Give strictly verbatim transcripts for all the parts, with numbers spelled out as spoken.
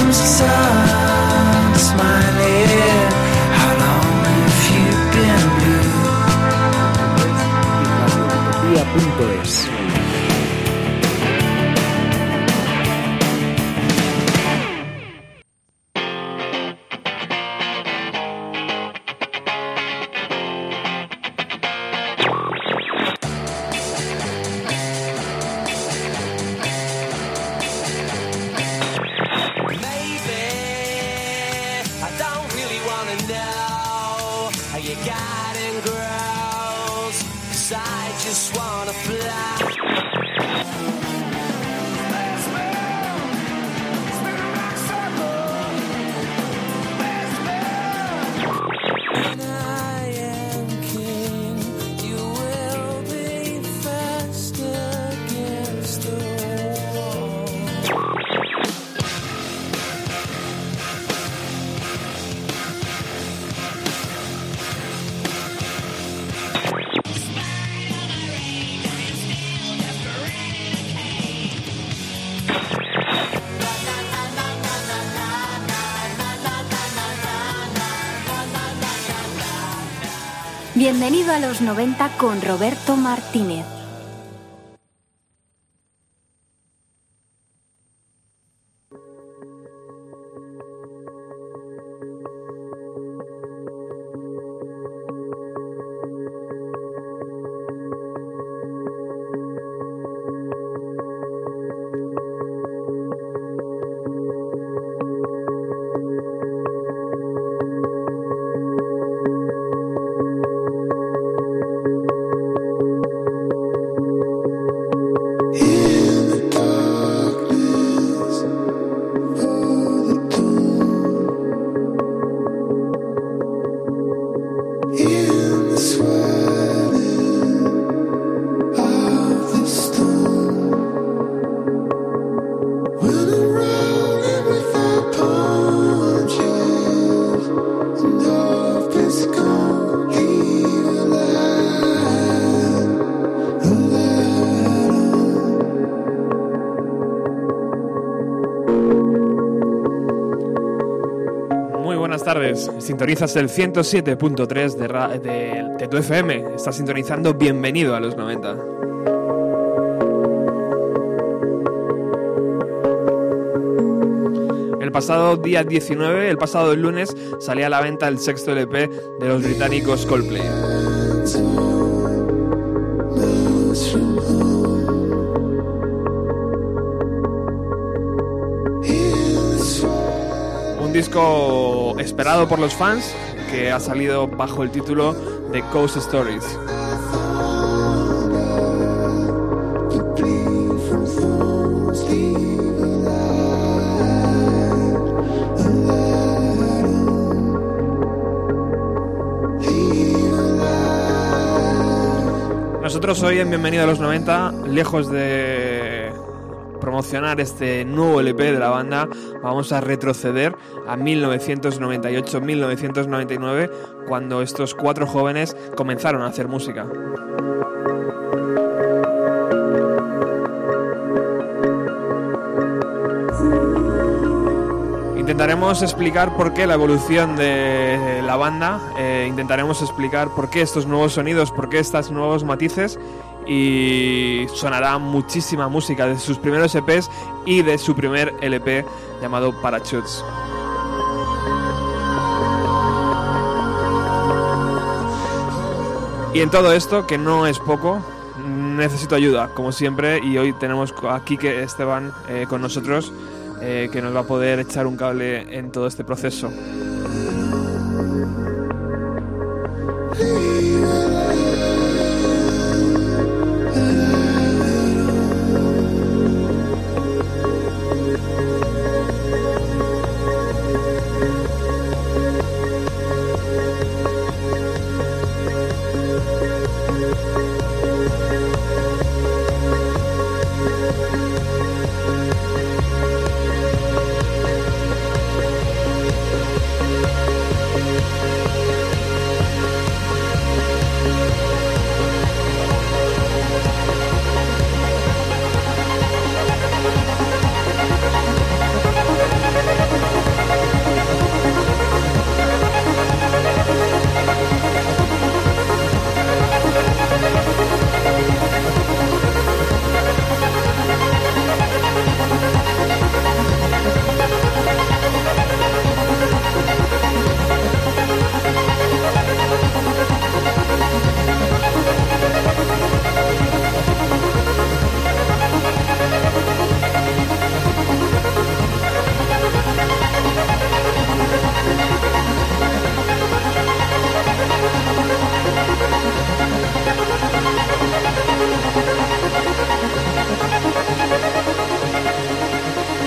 Filosofía.es. Bienvenido a los noventa con Roberto Martínez. Sintonizas el ciento siete punto tres de, de, de tu F M. Estás sintonizando Bienvenido a los noventa. El pasado día diecinueve, el pasado lunes, salía a la venta el sexto L P de los británicos Coldplay. Disco esperado por los fans, que ha salido bajo el título de Coast Stories. Nosotros hoy en Bienvenido a los noventa, lejos de promocionar este nuevo L P de la banda, vamos a retroceder a mil novecientos noventa y ocho a mil novecientos noventa y nueve, cuando estos cuatro jóvenes comenzaron a hacer música. Intentaremos explicar por qué la evolución de la banda, eh, intentaremos explicar por qué estos nuevos sonidos, por qué estos nuevos matices, y sonará muchísima música de sus primeros E Pes y de su primer L P llamado Parachutes. Y en todo esto, que no es poco, necesito ayuda, como siempre, y hoy tenemos a Quique Esteban eh, con nosotros, eh, que nos va a poder echar un cable en todo este proceso.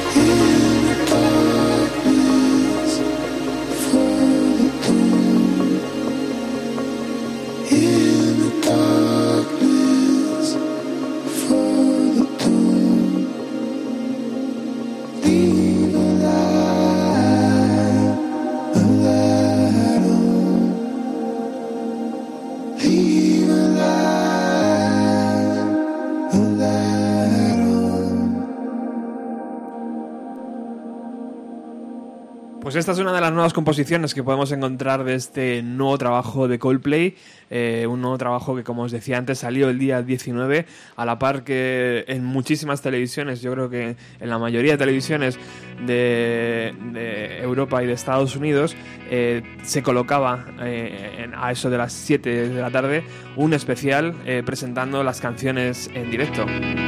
Pues esta es una de las nuevas composiciones que podemos encontrar de este nuevo trabajo de Coldplay, eh, un nuevo trabajo que, como os decía antes, salió el día diecinueve, a la par que en muchísimas televisiones, yo creo que en la mayoría de televisiones de, de Europa y de Estados Unidos, eh, se colocaba eh, en, a eso de las siete de la tarde un especial eh, presentando las canciones en directo.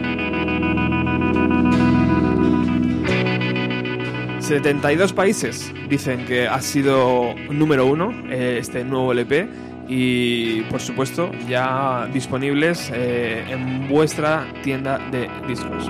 setenta y dos países dicen que ha sido número uno eh, este nuevo L P y, por supuesto, ya disponibles eh, en vuestra tienda de discos.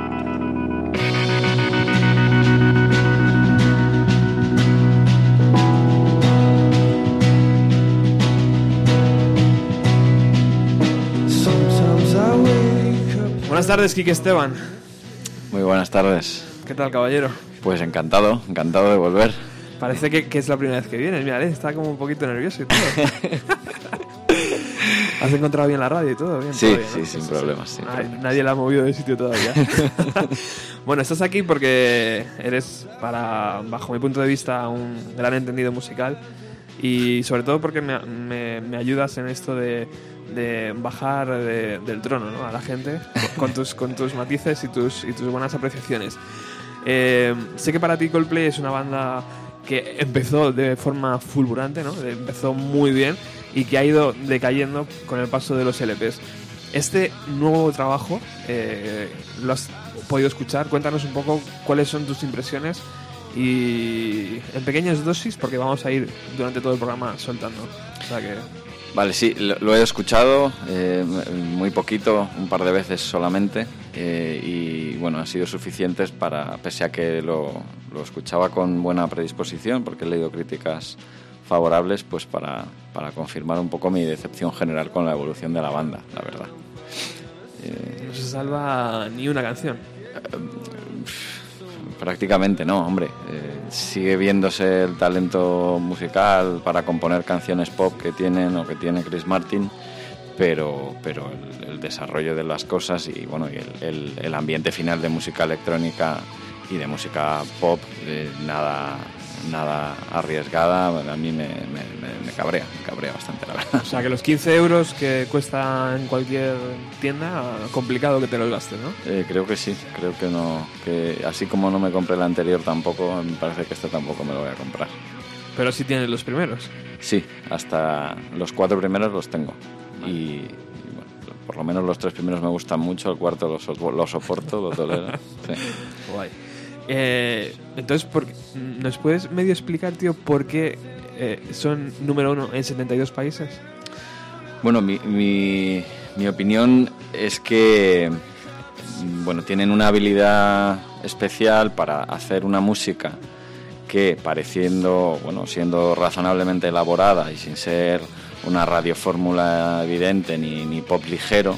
Buenas tardes, Quique Esteban. Muy buenas tardes. ¿Qué tal, caballero? Pues encantado, encantado de volver. Parece que, que es la primera vez que vienes. Mira, está como un poquito nervioso y todo. ¿Has encontrado bien la radio y todo? Bien, sí, todo bien, sí, ¿no? sin sí, problemas. Sí. Sin Ay, problemas. Nadie la ha movido de sitio todavía. Bueno, estás aquí porque eres, para bajo mi punto de vista, un gran entendido musical y sobre todo porque me, me, me ayudas en esto de, de bajar de, del trono, ¿no?, a la gente con tus, con tus matices y tus, y tus buenas apreciaciones. Eh, sé que para ti Coldplay es una banda que empezó de forma fulgurante, ¿no? Empezó muy bien y que ha ido decayendo con el paso de los L Pes. Este nuevo trabajo, eh, ¿lo has podido escuchar? Cuéntanos un poco cuáles son tus impresiones y en pequeñas dosis, porque vamos a ir durante todo el programa soltando. O sea que... Vale, sí, lo, lo he escuchado eh, muy poquito, un par de veces solamente, eh, y bueno, han sido suficientes para, pese a que lo, lo escuchaba con buena predisposición, porque he leído críticas favorables, pues para, para confirmar un poco mi decepción general con la evolución de la banda, la verdad. Eh, no se salva ni una canción. Eh, Prácticamente no, hombre. Eh, sigue viéndose el talento musical para componer canciones pop que tienen o que tiene Chris Martin, pero, pero el, el desarrollo de las cosas y bueno, y el, el, el ambiente final de música electrónica y de música pop, eh, nada, nada arriesgada, a mí me, me, me, me cabrea, me cabrea bastante, la verdad. O sea, que los quince euros que cuesta en cualquier tienda, complicado que te los gastes, ¿no? Eh, creo que sí, creo que no, que así como no me compré el anterior tampoco, me parece que este tampoco me lo voy a comprar. Pero sí tienes los primeros. Sí, hasta los cuatro primeros los tengo. Vale. Y, y bueno, por lo menos los tres primeros me gustan mucho, el cuarto lo, so, lo soporto, lo tolero. Sí. Guay. Eh, entonces, ¿por, ¿nos puedes medio explicar, tío, por qué eh, son número uno en setenta y dos países? Bueno, mi, mi, mi opinión es que bueno, tienen una habilidad especial para hacer una música que, pareciendo, bueno, siendo razonablemente elaborada y sin ser una radiofórmula evidente ni, ni pop ligero,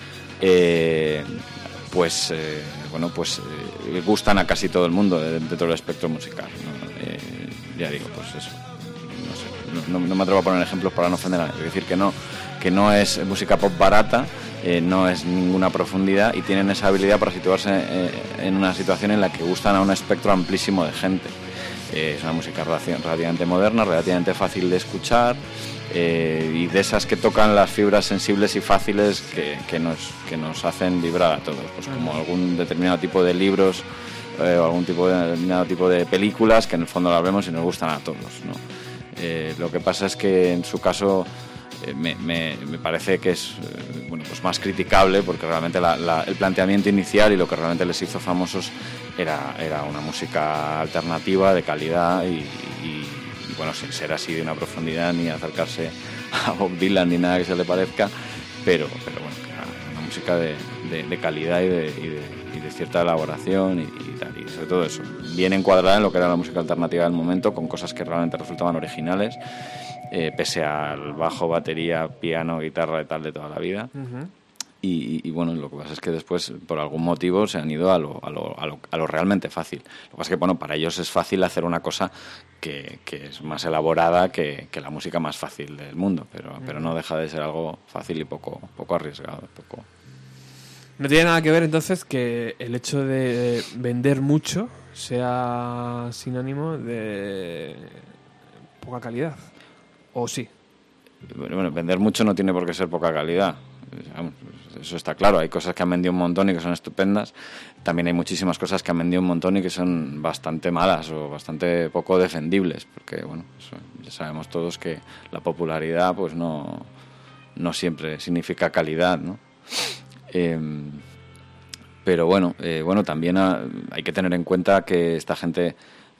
eh, pues eh, bueno, pues eh, gustan a casi todo el mundo dentro del espectro musical, ¿no? Eh, ya digo, pues eso. No, sé, no, no me atrevo a poner ejemplos para no ofender a nadie. Es decir, que no, que no es música pop barata, eh, no es ninguna profundidad y tienen esa habilidad para situarse eh, en una situación en la que gustan a un espectro amplísimo de gente. Eh, es una música relativamente moderna, relativamente fácil de escuchar. Eh, y de esas que tocan las fibras sensibles y fáciles que, que, nos, que nos hacen vibrar a todos, pues como algún determinado tipo de libros eh, o algún tipo de, determinado tipo de películas que en el fondo las vemos y nos gustan a todos, ¿no? Eh, lo que pasa es que en su caso eh, me, me, me parece que es eh, bueno, pues más criticable, porque realmente la, la, el planteamiento inicial y lo que realmente les hizo famosos era, era una música alternativa de calidad y, y bueno, sin ser así de una profundidad ni acercarse a Bob Dylan ni nada que se le parezca, pero, pero bueno, una música de, de, de calidad y de, y, de, y de cierta elaboración y, y tal, y sobre todo eso, bien encuadrada en lo que era la música alternativa del momento, con cosas que realmente resultaban originales, eh, pese al bajo, batería, piano, guitarra y tal de toda la vida. Uh-huh. Y, y bueno, lo que pasa es que después, por algún motivo, se han ido a lo, a lo, a lo, a lo realmente fácil. Lo que pasa es que, bueno, para ellos es fácil hacer una cosa que, que es más elaborada que, que la música más fácil del mundo, pero, uh-huh. pero no deja de ser algo fácil y poco, poco arriesgado. Poco... No tiene nada que ver, entonces, que el hecho de vender mucho sea sinónimo de poca calidad, ¿o sí? Bueno, bueno, vender mucho no tiene por qué ser poca calidad. Eso está claro, hay cosas que han vendido un montón y que son estupendas, también hay muchísimas cosas que han vendido un montón y que son bastante malas o bastante poco defendibles, porque bueno, eso, ya sabemos todos que la popularidad pues no, no siempre significa calidad, ¿no? Eh, pero bueno, eh, bueno también ha, hay que tener en cuenta que esta gente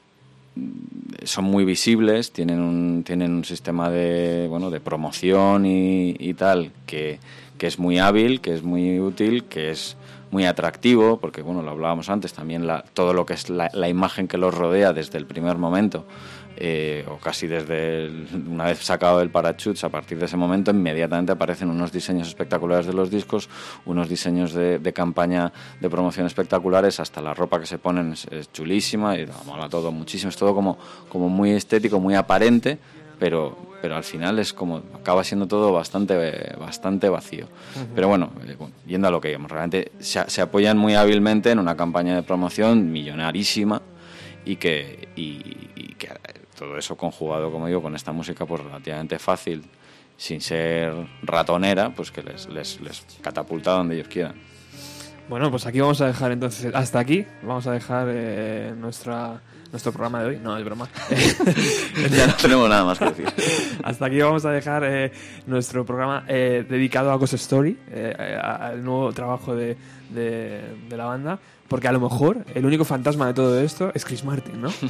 son muy visibles, tienen un, tienen un sistema de, bueno, de promoción y, y tal que que es muy hábil, que es muy útil, que es muy atractivo, porque bueno, lo hablábamos antes, también la, todo lo que es la, la imagen que los rodea desde el primer momento, eh, o casi desde el, una vez sacado el Parachutes, a partir de ese momento inmediatamente aparecen unos diseños espectaculares de los discos, unos diseños de, de campaña de promoción espectaculares, hasta la ropa que se ponen es, es chulísima y mola todo muchísimo, es todo como, como muy estético, muy aparente, pero pero al final es como acaba siendo todo bastante bastante vacío. Uh-huh. Pero bueno, eh, bueno, yendo a lo que íbamos, realmente se, se apoyan muy hábilmente en una campaña de promoción millonarísima y que y, y que todo eso conjugado, como digo, con esta música pues relativamente fácil, sin ser ratonera, pues que les les, les catapulta donde ellos quieran. Bueno, pues aquí vamos a dejar entonces, hasta aquí vamos a dejar eh, nuestra nuestro programa de hoy. No, es broma. Ya no tenemos nada más que decir. Hasta aquí vamos a dejar eh, nuestro programa eh, dedicado a Ghost Story, eh, al nuevo trabajo de, de, de la banda, porque a lo mejor el único fantasma de todo esto es Chris Martin, ¿no?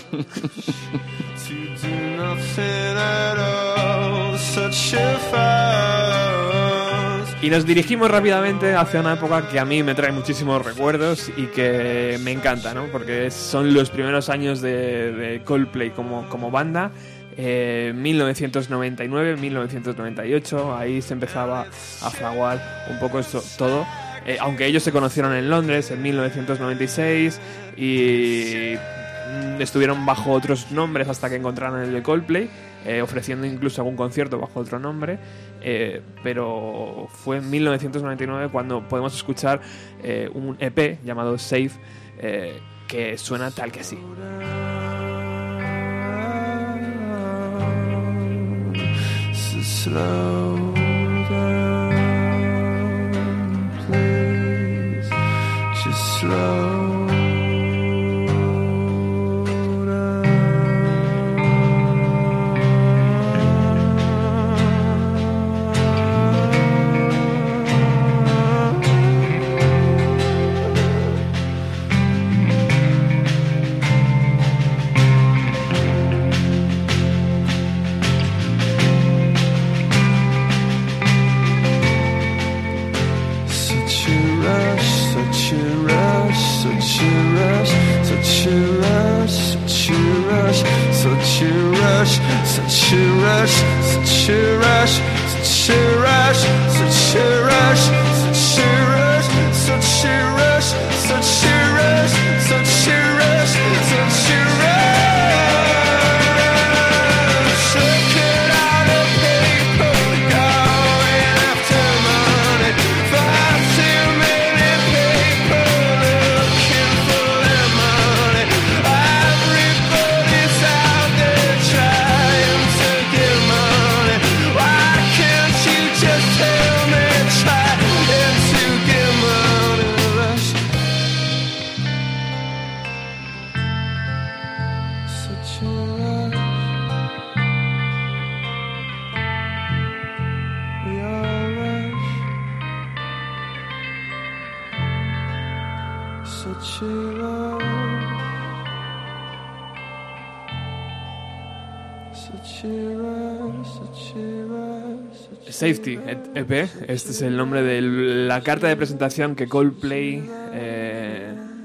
Y nos dirigimos rápidamente hacia una época que a mí me trae muchísimos recuerdos y que me encanta, ¿no? Porque son los primeros años de, de Coldplay como, como banda. Eh, mil novecientos noventa y nueve, mil novecientos noventa y ocho, ahí se empezaba a fraguar un poco esto todo. Eh, aunque ellos se conocieron en Londres en mil novecientos noventa y seis y estuvieron bajo otros nombres hasta que encontraron el de Coldplay, eh, ofreciendo incluso algún concierto bajo otro nombre, eh, pero fue en mil novecientos noventa y nueve cuando podemos escuchar eh, un E P llamado Safe, eh, que suena tal que así. So slow down, please, just slow. Such a rush, such a rush, such a rush, such a rush, such a rush, such a rush, such a rush, such a rush, such a rush. Look at all the people going after money. Far too many people looking for their money. Everybody's out there trying to get money. Why can't you just tell me trying to get money? Rush. Such a rush. We all rush. Such a rush. Such a rush, such a rush, such a Safety, E P. Este es el nombre de la carta de presentación que Coldplay eh,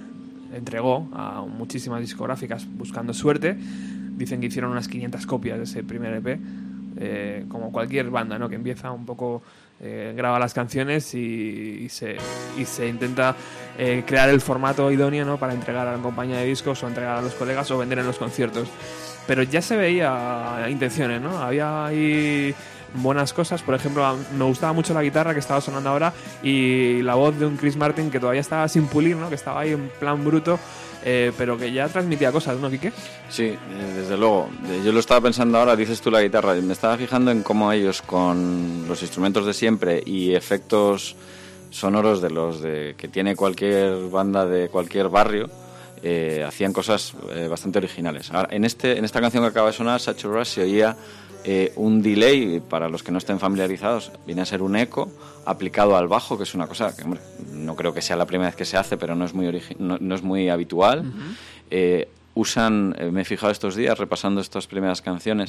entregó a muchísimas discográficas buscando suerte. Dicen que hicieron unas quinientas copias de ese primer E P, eh, como cualquier banda, ¿no? Que empieza un poco, eh, graba las canciones y, y, se, y se intenta eh, crear el formato idóneo, ¿no? Para entregar a la compañía de discos o entregar a los colegas o vender en los conciertos. Pero ya se veía intenciones, ¿no? Había ahí buenas cosas. Por ejemplo, me gustaba mucho la guitarra que estaba sonando ahora y la voz de un Chris Martin que todavía estaba sin pulir, ¿no? Que estaba ahí en plan bruto, eh, pero que ya transmitía cosas, ¿no, Quique? Sí, eh, desde luego. Yo lo estaba pensando ahora, dices tú la guitarra, me estaba fijando en cómo ellos con los instrumentos de siempre y efectos sonoros de los de que tiene cualquier banda de cualquier barrio, eh, hacían cosas eh, bastante originales. Ahora, en, este, en esta canción que acaba de sonar, Sacha Rush, se oía eh, un delay, para los que no estén familiarizados, viene a ser un eco aplicado al bajo, que es una cosa que, hombre, no creo que sea la primera vez que se hace, pero no es muy, origi- no, no es muy habitual. Uh-huh. Eh, usan, eh, me he fijado estos días, repasando estas primeras canciones,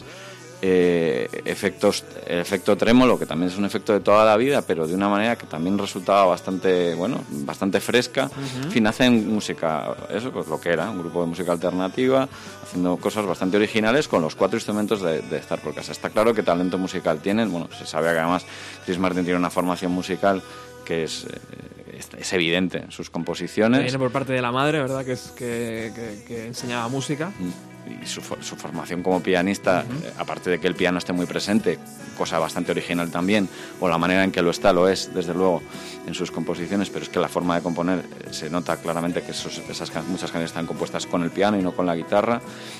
eh, efectos, el efecto trémolo, que también es un efecto de toda la vida, pero de una manera que también resultaba bastante, bueno, bastante fresca. Uh-huh. En fin, hacen música, eso, pues lo que era, un grupo de música alternativa, haciendo cosas bastante originales con los cuatro instrumentos de, de estar por casa. Está claro que talento musical tienen, bueno, se sabe que además Chris Martin tiene una formación musical que es, eh, es, es evidente en sus composiciones. Viene por parte de la madre, ¿verdad? Que, es, que, que, que enseñaba música. Y su, su formación como pianista, uh-huh. eh, aparte de que el piano esté muy presente, cosa bastante original también, o la manera en que lo está, lo es, desde luego, en sus composiciones, pero es que la forma de componer, eh, se nota claramente que esos, esas muchas canciones están compuestas con el piano y no con la guitarra.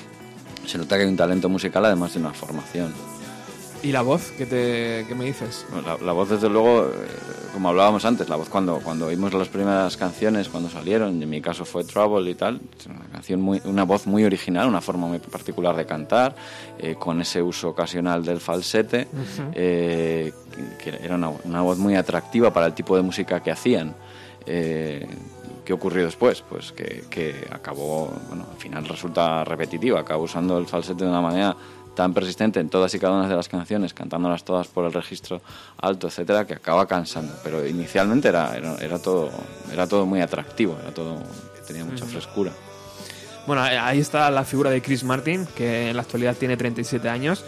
Se nota que hay un talento musical, además de una formación. ¿Y la voz? ¿Qué, te, qué me dices? La, la voz, desde luego, eh, como hablábamos antes, la voz cuando, cuando oímos las primeras canciones, cuando salieron, en mi caso fue Trouble y tal, una canción muy, una voz muy original, una forma muy particular de cantar, eh, con ese uso ocasional del falsete, uh-huh. eh, que, que era una, una voz muy atractiva para el tipo de música que hacían. Eh, ¿Qué ocurrió después? Pues que, que acabó, bueno, al final resulta repetitiva, acabó usando el falsete de una manera tan persistente en todas y cada una de las canciones, cantándolas todas por el registro alto, etcétera, que acaba cansando. Pero inicialmente era, era, era todo era todo muy atractivo, era todo, tenía mucha frescura. Bueno, ahí está la figura de Chris Martin, que en la actualidad tiene treinta y siete años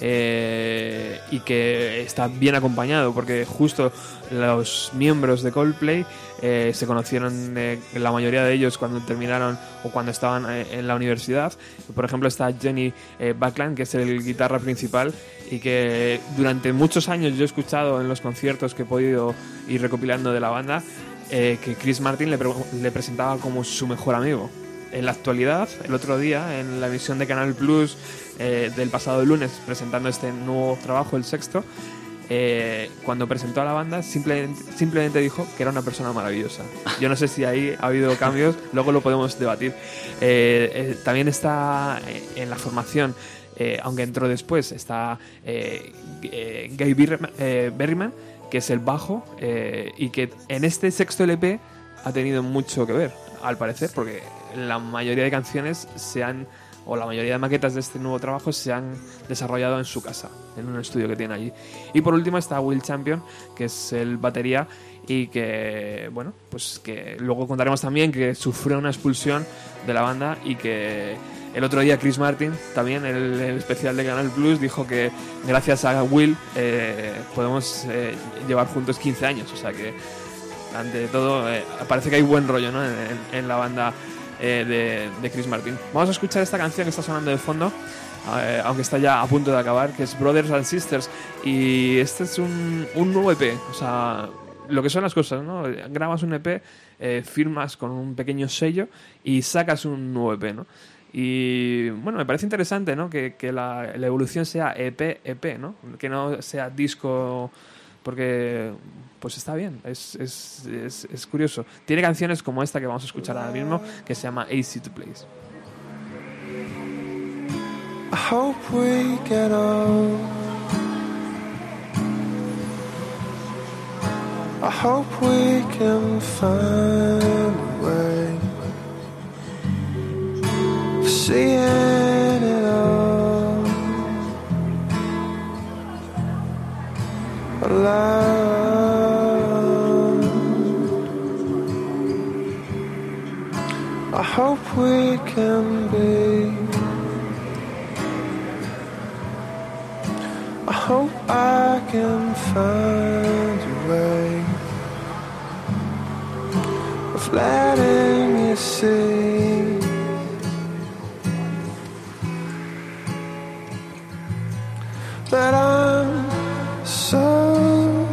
eh, y que está bien acompañado, porque justo los miembros de Coldplay eh, se conocieron, eh, la mayoría de ellos, cuando terminaron o cuando estaban eh, en la universidad. Por ejemplo, está Jenny eh, Buckland, que es el guitarra principal, y que durante muchos años yo he escuchado en los conciertos que he podido ir recopilando de la banda, eh, que Chris Martin le, pre- le presentaba como su mejor amigo. En la actualidad, el otro día, en la emisión de Canal Plus eh, del pasado lunes, presentando este nuevo trabajo, el sexto, eh, cuando presentó a la banda, simplemente, simplemente dijo que era una persona maravillosa. Yo no sé si ahí ha habido cambios, luego lo podemos debatir. Eh, eh, también está en la formación, eh, aunque entró después, está eh, eh, Guy Berryman, eh, Berryman, que es el bajo, eh, y que en este sexto L P ha tenido mucho que ver, al parecer, porque la mayoría de canciones se han, o la mayoría de maquetas de este nuevo trabajo se han desarrollado en su casa, en un estudio que tiene allí. Y por último está Will Champion, que es el batería, y que, bueno, pues que luego contaremos también que sufrió una expulsión de la banda, y que el otro día Chris Martin, también en el, el especial de Canal Plus, dijo que gracias a Will eh, podemos eh, llevar juntos quince años, o sea que ante todo eh, parece que hay buen rollo, ¿no? en, en, en la banda eh, de, de Chris Martin. Vamos a escuchar esta canción que está sonando de fondo, eh, aunque está ya a punto de acabar, que es Brothers and Sisters, y este es un, un nuevo E P, o sea, lo que son las cosas, ¿no? Grabas un E P, eh, firmas con un pequeño sello y sacas un nuevo E P, ¿no? Y bueno, me parece interesante, ¿no? Que, que la, la evolución sea E P, E P, ¿no? Que no sea disco, porque pues está bien, es, es, es, es curioso. Tiene canciones como esta que vamos a escuchar ahora mismo, que se llama Easy to Please. I hope we get old. I hope we can find a way of seeing it all alive. I hope can be. I hope I can find a way of letting you see that I'm so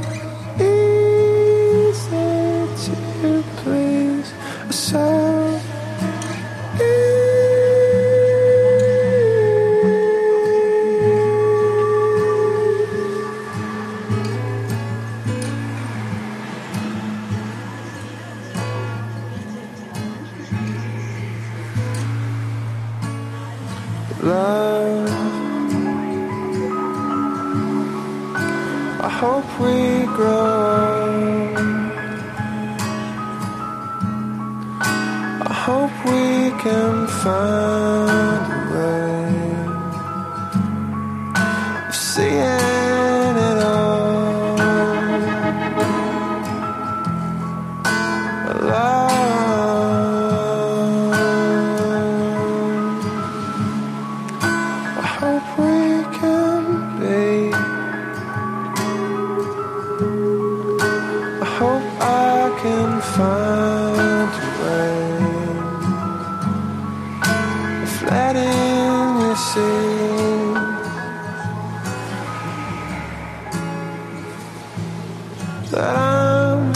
easy to please, so love. I hope we grow. I hope we can find a way of seeing it all. Love. I hope we can be. I hope I can find a way of letting you see that I'm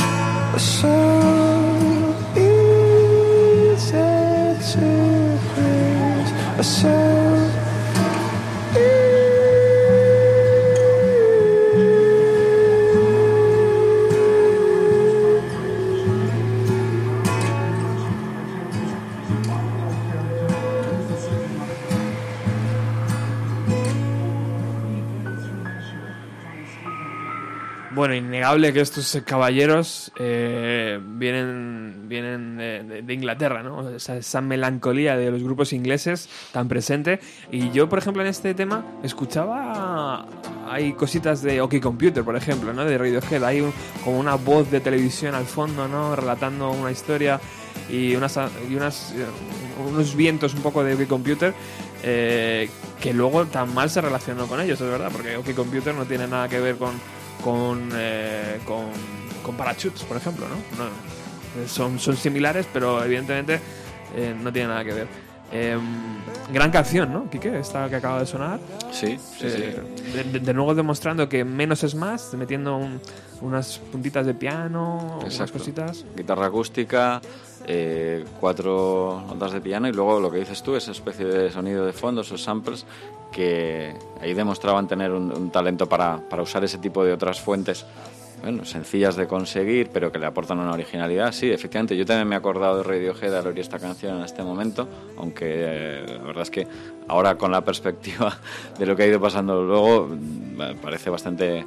so easy to please, so Bueno, innegable que estos caballeros eh, vienen, vienen de, de, de Inglaterra, ¿no? Esa, esa melancolía de los grupos ingleses tan presente. Y yo, por ejemplo, en este tema escuchaba... Hay cositas de OK Computer, por ejemplo, ¿no? De Radiohead. Hay un, como una voz de televisión al fondo, ¿no? Relatando una historia y, unas, y unas, unos vientos un poco de OK Computer eh, que luego tan mal se relacionó con ellos, es verdad, porque OK Computer no tiene nada que ver con... Con, eh, con, con Parachutes, por ejemplo, ¿no? no son, son similares, pero evidentemente eh, no tienen nada que ver. Eh, gran canción, ¿no, Quique? Esta que acaba de sonar. Sí, sí, eh, sí. De, de, de nuevo demostrando que menos es más, metiendo un, unas puntitas de piano, Exacto. unas cositas. Guitarra acústica, eh, cuatro notas de piano y luego lo que dices tú, esa especie de sonido de fondo, esos samples que ahí demostraban tener un, un talento para, para usar ese tipo de otras fuentes, bueno, sencillas de conseguir, pero que le aportan una originalidad. Sí, efectivamente, yo también me he acordado de Radiohead al oír esta canción en este momento, aunque eh, la verdad es que ahora con la perspectiva de lo que ha ido pasando luego, me parece bastante...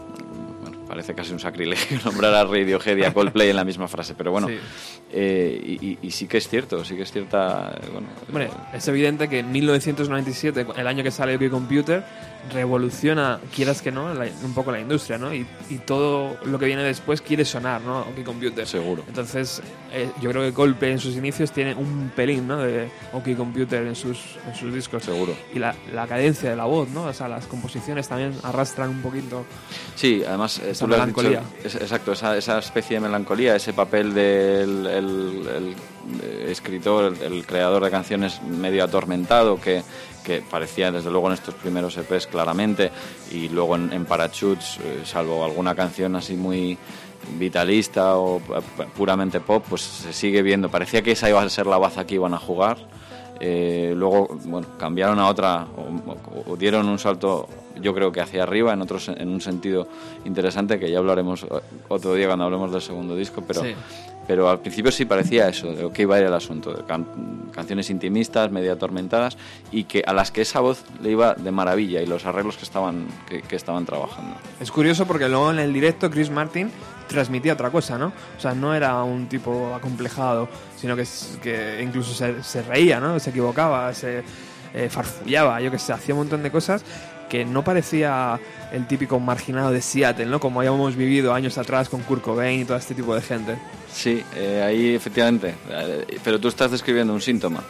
Parece casi un sacrilegio nombrar a Radiohead y a Coldplay en la misma frase, pero bueno, sí. Eh, y, y sí que es cierto, sí que es cierta. Bueno, Hombre, es evidente que en mil novecientos noventa y siete, el año que sale OK Computer, revoluciona, quieras que no, la, un poco la industria, ¿no? Y, y todo lo que viene después quiere sonar, ¿no? OK Computer. Seguro. Entonces, eh, yo creo que Coldplay en sus inicios tiene un pelín, ¿no? De OK Computer en sus, en sus discos. Seguro. Y la, la cadencia de la voz, ¿no? O sea, las composiciones también arrastran un poquito. Sí, además, esa melancolía. Dicho, es, exacto, esa, esa especie de melancolía, ese papel del el, el, el escritor, el, el creador de canciones medio atormentado que que parecía desde luego en estos primeros E Pes claramente, y luego en, en Parachutes, eh, salvo alguna canción así muy vitalista o puramente pop, pues se sigue viendo, parecía que esa iba a ser la baza que iban a jugar. Eh, luego bueno, cambiaron a otra o, o, o dieron un salto, yo creo que hacia arriba en otros, en un sentido interesante, que ya hablaremos otro día cuando hablemos del segundo disco, pero sí. Pero al principio sí parecía eso, de lo que iba a ir el asunto, de can- canciones intimistas, medio atormentadas, y que a las que esa voz le iba de maravilla, y los arreglos que estaban, que, que estaban trabajando. Es curioso porque luego en el directo Chris Martin transmitía otra cosa, ¿no? O sea, no era un tipo acomplejado, sino que, que incluso se, se reía, ¿no? Se equivocaba, se eh, farfullaba, yo que sé, hacía un montón de cosas que no parecía el típico marginado de Seattle, ¿no? Como habíamos vivido años atrás con Kurt Cobain y todo este tipo de gente. Sí, eh, ahí efectivamente, eh, pero tú estás describiendo un síntoma.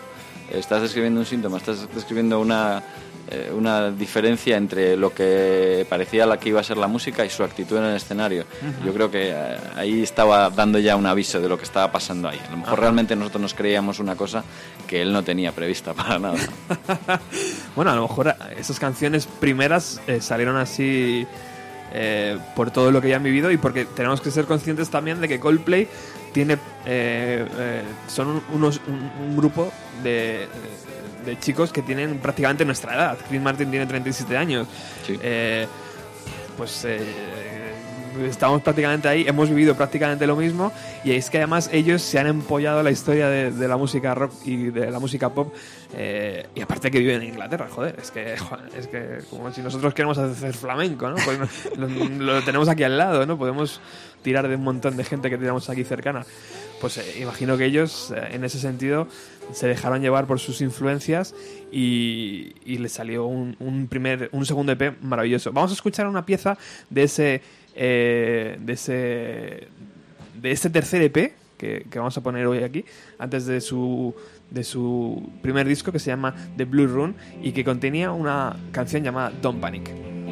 estás describiendo un síntoma, estás describiendo una, eh, una diferencia entre lo que parecía la que iba a ser la música y su actitud en el escenario. Uh-huh. Yo creo que eh, ahí estaba dando ya un aviso de lo que estaba pasando ahí. A lo mejor uh-huh. realmente nosotros nos creíamos una cosa que él no tenía prevista para nada. Bueno, a lo mejor esas canciones primeras eh, salieron así eh, por todo lo que ya han vivido y porque tenemos que ser conscientes también de que Coldplay tiene eh, eh, son unos un, un grupo de, de chicos que tienen prácticamente nuestra edad. Chris Martin tiene treinta y siete años. Sí. Eh, pues eh, estamos prácticamente ahí, hemos vivido prácticamente lo mismo, y es que además ellos se han empollado la historia de, de la música rock y de la música pop, eh, y aparte que viven en Inglaterra, joder, es que joder, es que como si nosotros queremos hacer flamenco, ¿no? Pues lo, lo tenemos aquí al lado, ¿no? Podemos tirar de un montón de gente que tenemos aquí cercana. Pues eh, imagino que ellos, eh, en ese sentido, se dejaron llevar por sus influencias y, y les salió un, un primer, un segundo E P maravilloso. Vamos a escuchar una pieza de ese Eh, de ese de ese tercer E P que, que vamos a poner hoy aquí, antes de su de su primer disco, que se llama The Blue Room, y que contenía una canción llamada Don't Panic.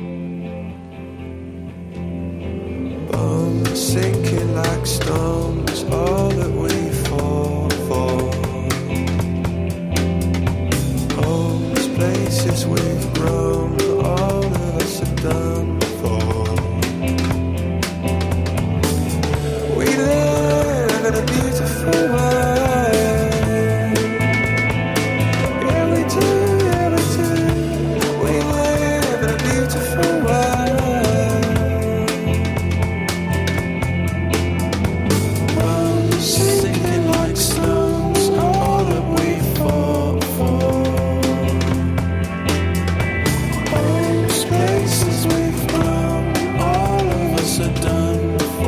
Bones sinking like stones, all that we fall for. Homes, places we've grown, all of us are done for. In a beautiful world, yeah we do, yeah we do. We live in a beautiful world. I'm sinking like stones, all that we fought for. Homes, places we've grown, all of us are done.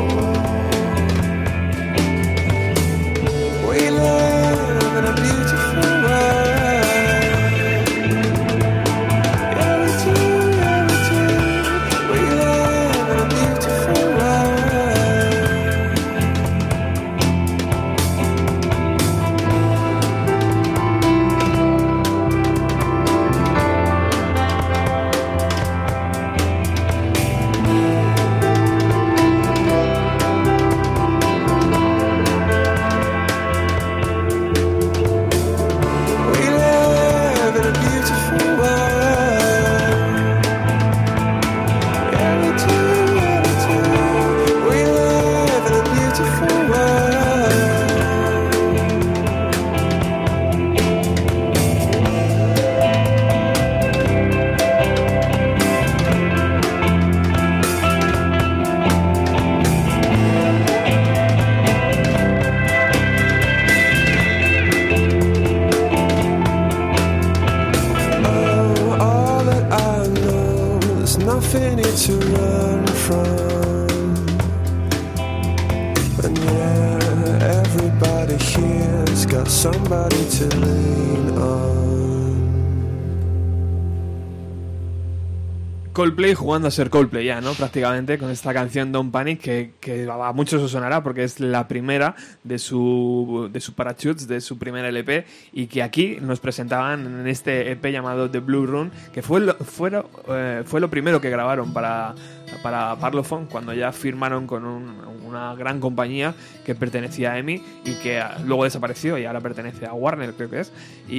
Coldplay jugando a ser Coldplay ya, ¿no? Prácticamente, con esta canción Don't Panic, que, que a muchos os sonará porque es la primera de su de su Parachutes, de su primer L P, y que aquí nos presentaban en este E P llamado The Blue Room, que fue lo, fue, lo, eh, fue lo primero que grabaron para, para Parlophone, cuando ya firmaron con un, una gran compañía que pertenecía a EMI y que luego desapareció y ahora pertenece a Warner, creo que es.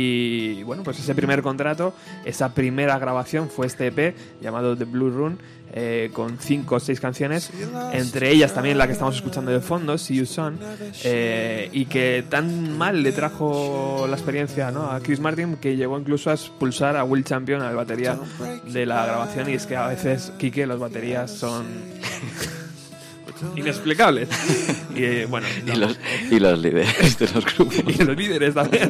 Y bueno, pues ese primer contrato, esa primera grabación fue este E P llamado The Blue Room, eh, con cinco o seis canciones, entre ellas también la que estamos escuchando de fondo, See You Son, eh, y que tan mal le trajo la experiencia, ¿no?, a Chris Martin, que llegó incluso a expulsar a Will Champion, al batería de la grabación. Y es que a veces, Quique, los baterías son inexplicables. Y eh, bueno, no. y, los, y los líderes de los grupos. Y los líderes también.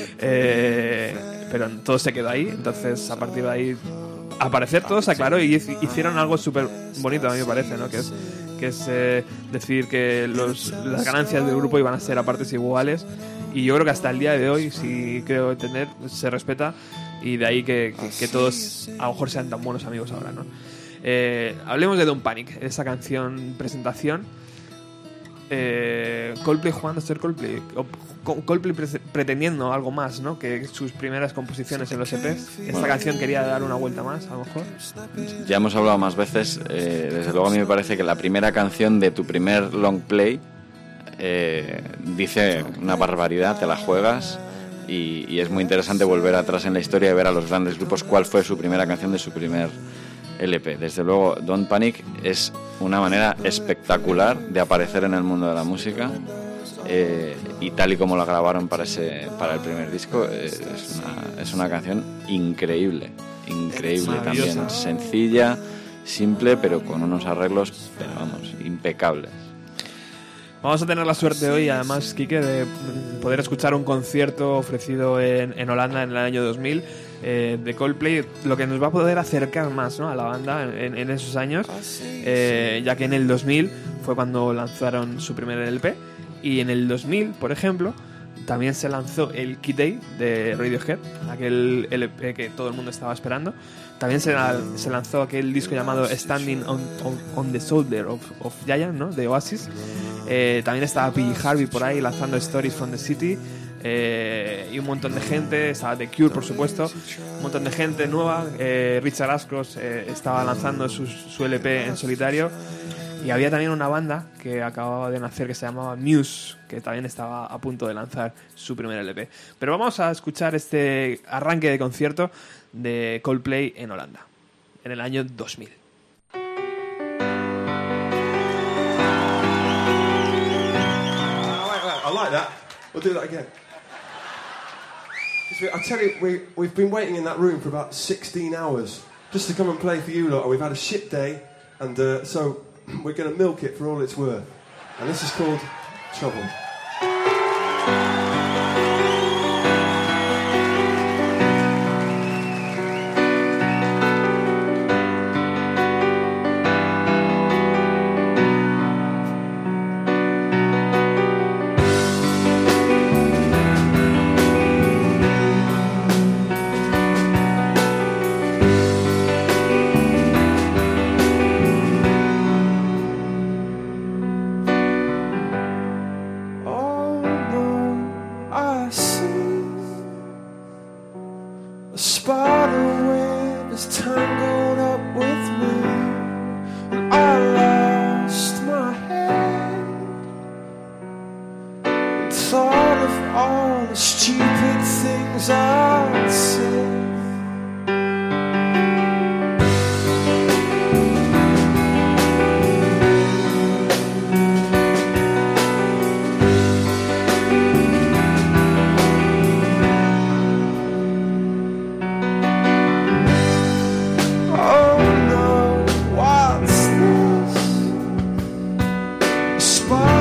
Eh, pero todo se quedó ahí. Entonces, a partir de ahí, al parecer todo se aclaró y hicieron algo súper bonito, a mí me parece, ¿no? Que es, que es eh, decir que los, las ganancias del grupo iban a ser a partes iguales. Y yo creo que hasta el día de hoy, si creo entender, se respeta. Y de ahí que, que, que todos a lo mejor sean tan buenos amigos ahora, ¿no? Eh, hablemos de Don't Panic, esa canción presentación. Eh, Coldplay jugando a ser Coldplay, Coldplay pre- pretendiendo algo más, ¿no? Que sus primeras composiciones en los E Pes. Esta Bueno. canción quería dar una vuelta más, a lo mejor. Ya hemos hablado más veces, eh, desde luego a mí me parece que la primera canción de tu primer long play eh, dice una barbaridad, te la juegas y, y es muy interesante volver atrás en la historia y ver a los grandes grupos cuál fue su primera canción de su primer L P. Desde luego, Don't Panic es una manera espectacular de aparecer en el mundo de la música. Eh, y tal y como la grabaron para ese para el primer disco, eh, es, una, es una canción increíble, increíble también, sencilla, simple, pero con unos arreglos, pero vamos, impecables. Vamos a tener la suerte hoy, además, Quique, de poder escuchar un concierto ofrecido en, en Holanda en el año dos mil eh, de Coldplay, lo que nos va a poder acercar más, ¿no?, a la banda en, en esos años, eh, ya que en el dos mil fue cuando lanzaron su primer L P. Y en el dos mil, por ejemplo, también se lanzó el Kid Day de Radiohead, aquel L P que todo el mundo estaba esperando. También se, se lanzó aquel disco llamado Standing on, on, on the Shoulder of, of Giant, ¿no?, de Oasis. Eh, también estaba P J Harvey por ahí lanzando Stories from the City. Eh, y un montón de gente, estaba The Cure, por supuesto, un montón de gente nueva. eh, Richard Ashcroft eh, estaba lanzando su, su L P en solitario. Y había también una banda que acababa de nacer que se llamaba Muse, que también estaba a punto de lanzar su primer L P. Pero vamos a escuchar este arranque de concierto de Coldplay en Holanda, en el año dos mil. I like that. We'll do that again. I tell you, we, we've been waiting in that room for about sixteen hours just to come and play for you lot. We've had a shit day, and uh, so we're going to milk it for all it's worth. And this is called Trouble.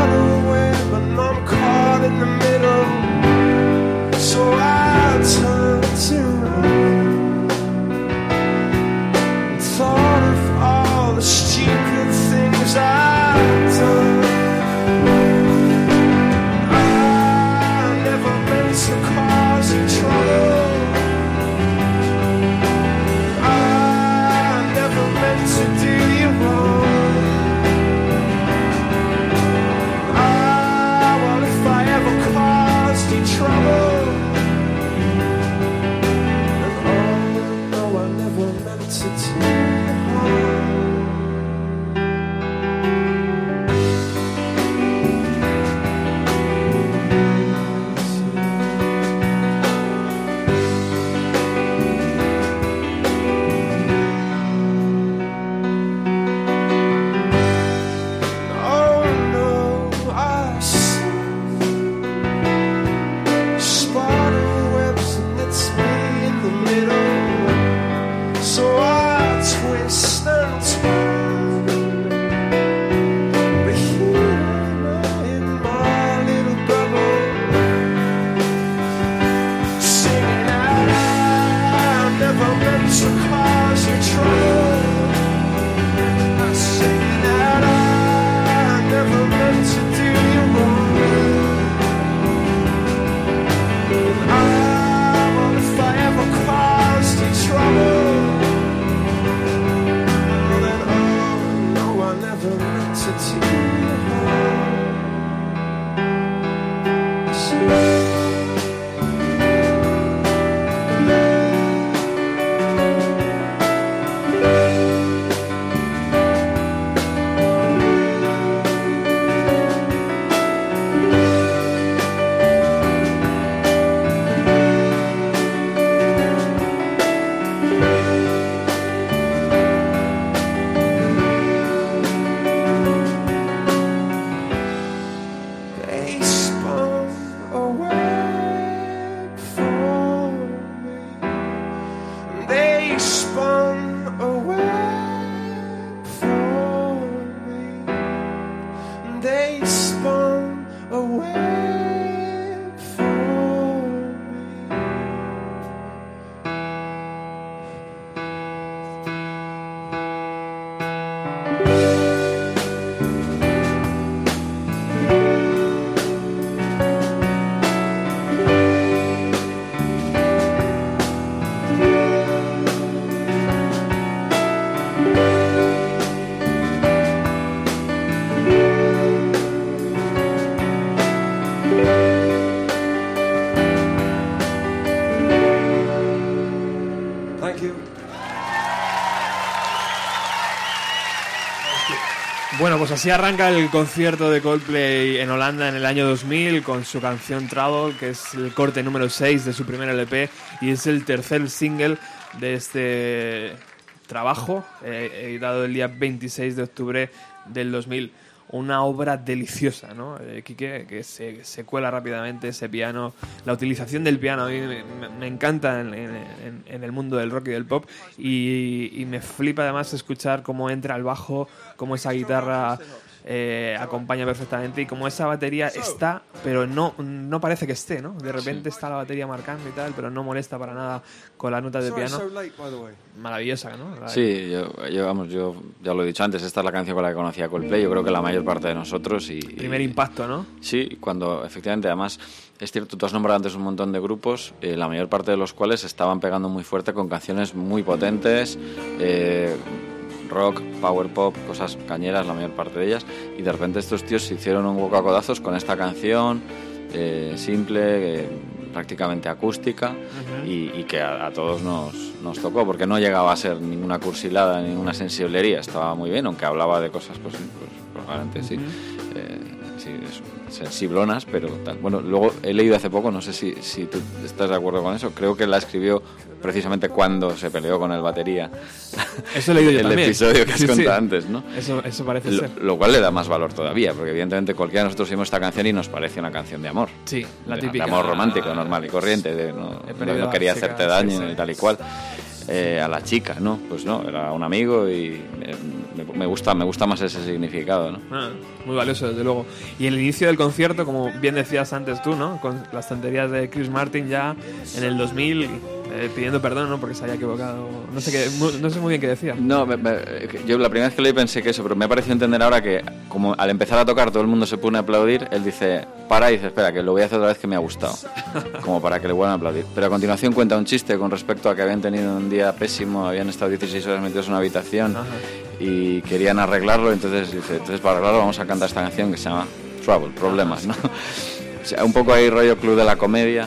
Turn Thank you. Bueno, pues así arranca el concierto de Coldplay en Holanda en el año dos mil con su canción Trouble, que es el corte número seis de su primer L P y es el tercer single de este trabajo, eh, editado el día veintiséis de octubre del dos mil. Una obra deliciosa, ¿no? Eh, Quique, que se, se cuela rápidamente ese piano. La utilización del piano a mí me, me, me encanta en, en, en el mundo del rock y del pop. Y, y me flipa además escuchar cómo entra el bajo, cómo esa guitarra eh, acompaña perfectamente y cómo esa batería está, pero no, no parece que esté, ¿no? De repente está la batería marcando y tal, pero no molesta para nada con las notas de piano. Maravillosa, ¿no? Sí, yo, yo, vamos, yo ya lo he dicho antes, esta es la canción con la que conocí a Coldplay, yo creo que la mayor parte de nosotros. Y, Primer impacto, ¿no? Sí, cuando efectivamente, además, es cierto, tú has nombrado antes un montón de grupos, eh, la mayor parte de los cuales estaban pegando muy fuerte con canciones muy potentes, eh, rock, power pop, cosas cañeras, la mayor parte de ellas, y de repente estos tíos se hicieron un hueco a codazos con esta canción eh, simple, eh, prácticamente acústica, uh-huh. y, y que a, a todos nos, nos tocó, porque no llegaba a ser ninguna cursilada, ninguna sensiblería, estaba muy bien, aunque hablaba de cosas, pues, pues probablemente sí, uh-huh. eh, sí, eso, sensiblonas, pero tal. Bueno, luego he leído hace poco, no sé si, si tú estás de acuerdo con eso, creo que la escribió precisamente cuando se peleó con el batería. Eso he leído yo el también. El episodio que has sí, contado sí. antes, ¿no? Eso, eso parece lo, ser. Lo cual le da más valor todavía, porque evidentemente cualquiera de nosotros oímos esta canción y nos parece una canción de amor. Sí, la de, típica. De amor romántico, normal y corriente, de no, de no quería chica, hacerte daño sí, sí. y tal y cual. Eh, a la chica, ¿no? Pues no, era un amigo y eh, me, me gusta me gusta más ese significado, ¿no? Ah, muy valioso, desde luego. Y el inicio del concierto, como bien decías antes tú, ¿no? Con las tonterías de Chris Martin ya en el dos mil, eh, pidiendo perdón, ¿no? Porque se había equivocado. No sé, qué, no sé muy bien qué decía. No, me, me, yo la primera vez que leí pensé que eso, pero me ha parecido entender ahora que como al empezar a tocar todo el mundo se pone a aplaudir, él dice, para y dice, espera, que lo voy a hacer otra vez que me ha gustado, como para que le vuelvan a aplaudir. Pero a continuación cuenta un chiste con respecto a que habían tenido un día pésimo, habían estado dieciséis horas metidos en una habitación. Ajá. Y querían arreglarlo, entonces dice, entonces para arreglarlo vamos a cantar esta canción que se llama Trouble, Problemas, ¿no? O sea, un poco ahí rollo club de la comedia,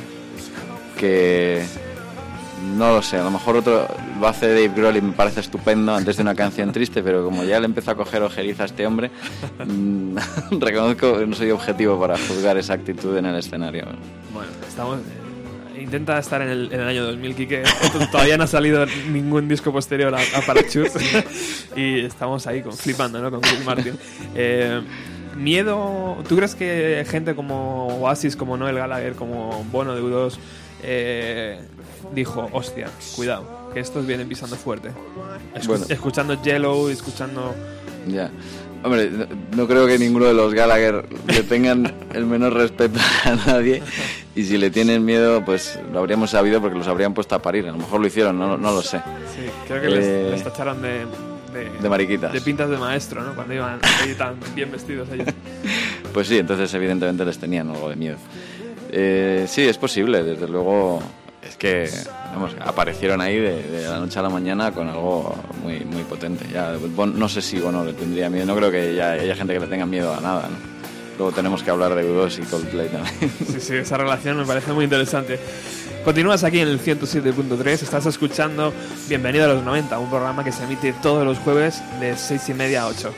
que no lo sé, a lo mejor otro lo hace Dave Grohl y me parece estupendo antes de una canción triste, pero como ya le empezó a coger ojeriza a este hombre, mmm, reconozco que no soy objetivo para juzgar esa actitud en el escenario. Bueno, estamos... Intenta estar en el, en el año dos mil, Quique. Todavía no ha salido ningún disco posterior a, a Parachutes y estamos ahí con, flipando, ¿no? Con Chris Martin. Eh, miedo... ¿Tú crees que gente como Oasis, como Noel Gallagher, como Bono de U dos eh, dijo, hostia, cuidado, que estos vienen pisando fuerte? Escu- bueno. Escuchando Yellow, escuchando... Ya... Yeah. Hombre, no, no creo que ninguno de los Gallagher le tengan el menor respeto a nadie, y si le tienen miedo, pues lo habríamos sabido porque los habrían puesto a parir. A lo mejor lo hicieron, no, no lo sé. Sí, creo que eh, les, les tacharon de, de... De mariquitas. De pintas de maestro, ¿no? Cuando iban ahí tan bien vestidos ellos. Pues sí, entonces evidentemente les tenían algo de miedo. Eh, sí, es posible, desde luego... Es que, vamos, aparecieron ahí de, de la noche a la mañana con algo muy muy potente. Ya, bon, no sé si Bono le tendría miedo, no creo que ya haya gente que le tenga miedo a nada, ¿no? Luego tenemos que hablar de U dos y Coldplay también. Sí, sí, esa relación me parece muy interesante. Continúas aquí en el ciento siete punto tres, estás escuchando Bienvenido a los noventa, un programa que se emite todos los jueves de seis y media a ocho.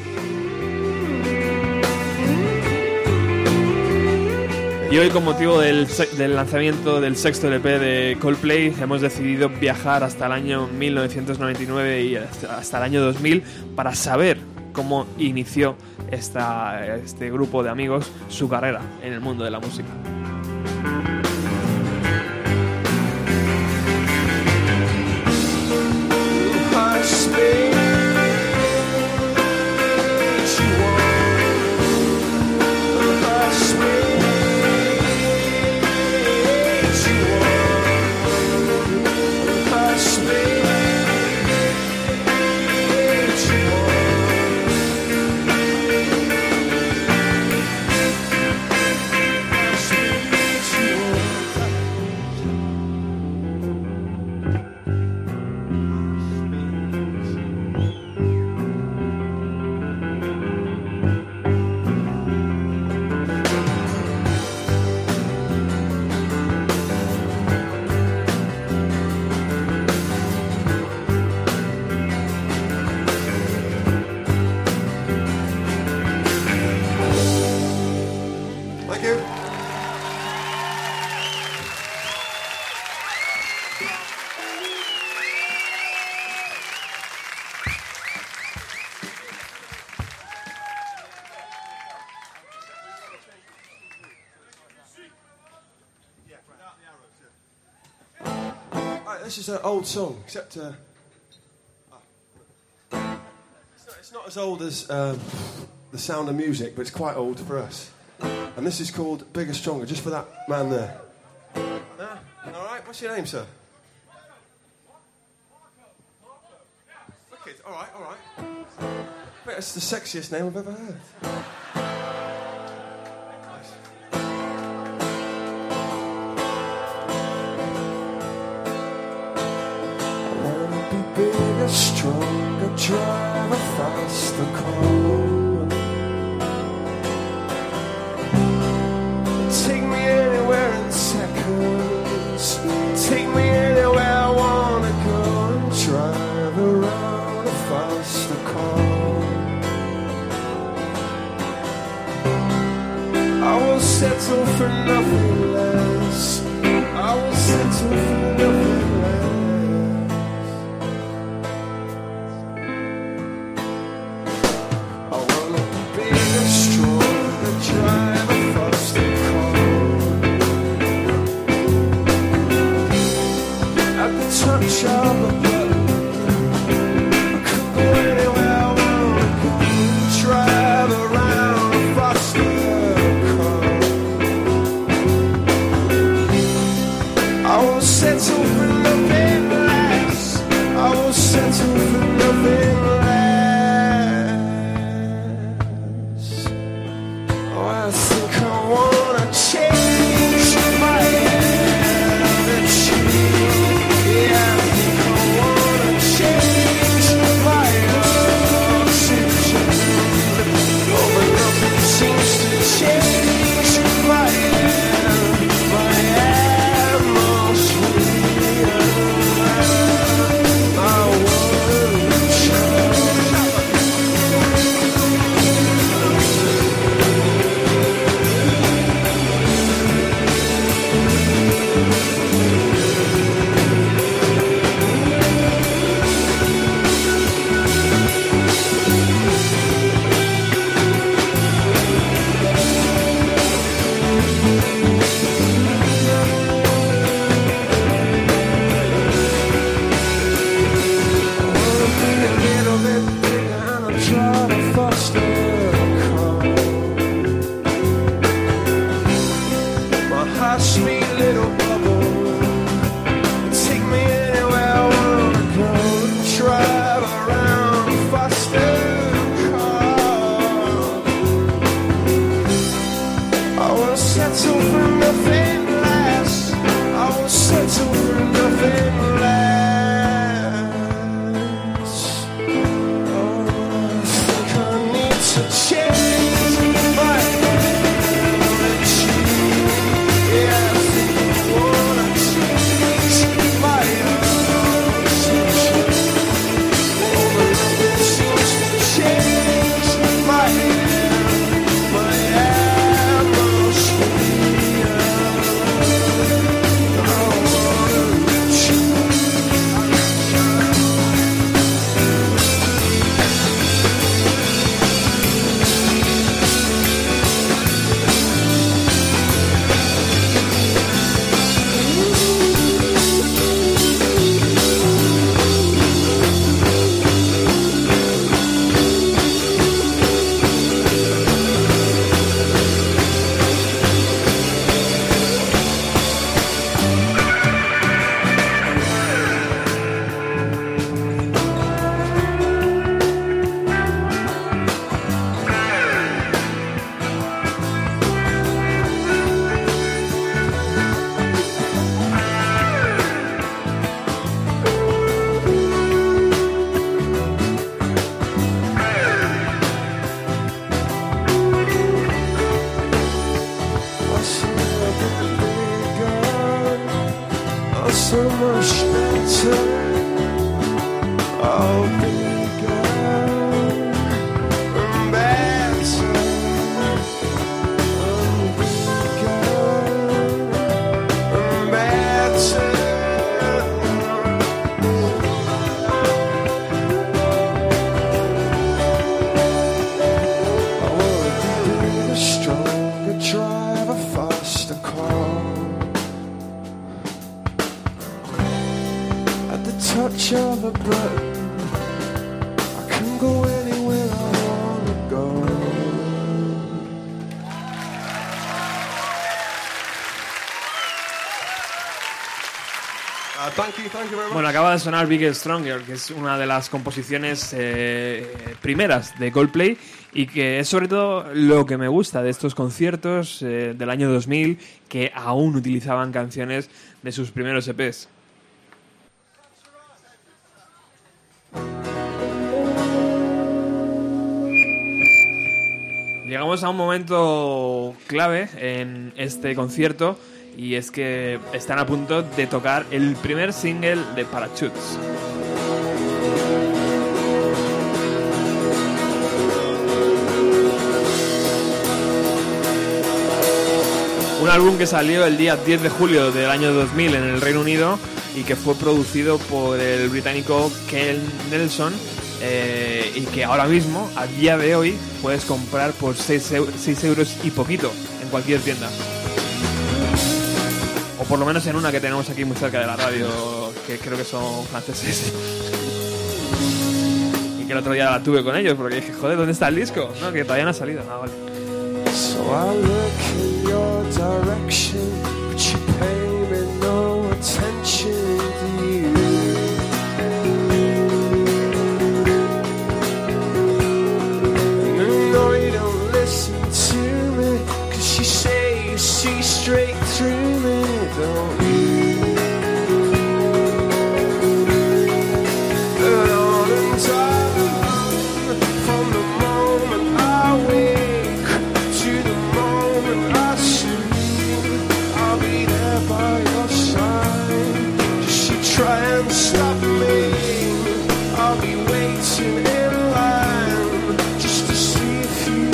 Y hoy, con motivo del, del lanzamiento del sexto L P de Coldplay, hemos decidido viajar hasta el año mil novecientos noventa y nueve y hasta, hasta el año dos mil para saber cómo inició esta, este grupo de amigos su carrera en el mundo de la música. Sweet this is an old song, except uh, it's, not, it's not as old as um, The Sound of Music, but it's quite old for us. And this is called Bigger Stronger, just for that man there. No? All right. What's your name, sir? Wicked. All right. All right. Wait, that's the sexiest name I've ever heard. Bigger, stronger, drive a faster car. Take me anywhere in seconds. Take me anywhere I wanna go and drive around a faster car. I will settle for nothing less. I will settle for nothing less. Touch of a button, I could go anywhere I wanna go. Drive around a faster car. I won't settle for nothing less. I won't settle for nothing less. Oh, I think I wanna change my attitude. Yeah, I think I want touch of a button, I can go anywhere I wanna go. Uh, thank you, thank you very much. Bueno, acaba de sonar Bigger Stronger, que es una de las composiciones eh, primeras de Coldplay y que es sobre todo lo que me gusta de estos conciertos eh, del año dos mil, que aún utilizaban canciones de sus primeros E Pes. Llegamos a un momento clave en este concierto y es que están a punto de tocar el primer single de Parachutes. Un álbum que salió el día diez de julio del año dos mil en el Reino Unido y que fue producido por el británico Ken Nelson, eh, y que ahora mismo, a día de hoy, puedes comprar por seis euros y poquito en cualquier tienda. O por lo menos en una que tenemos aquí muy cerca de la radio, que creo que son franceses. Y que el otro día la tuve con ellos porque dije, joder, ¿dónde está el disco? No, que todavía no ha salido. Ah, vale. So I look in your direction, but you pay me no attention, do you? And no, you don't listen to me, 'cause you say you see straight through me, don't you? And on and on, from the moment I wake to the moment I sleep, I'll be there by your side. Just you try and stop me, I'll be waiting in line just to see if you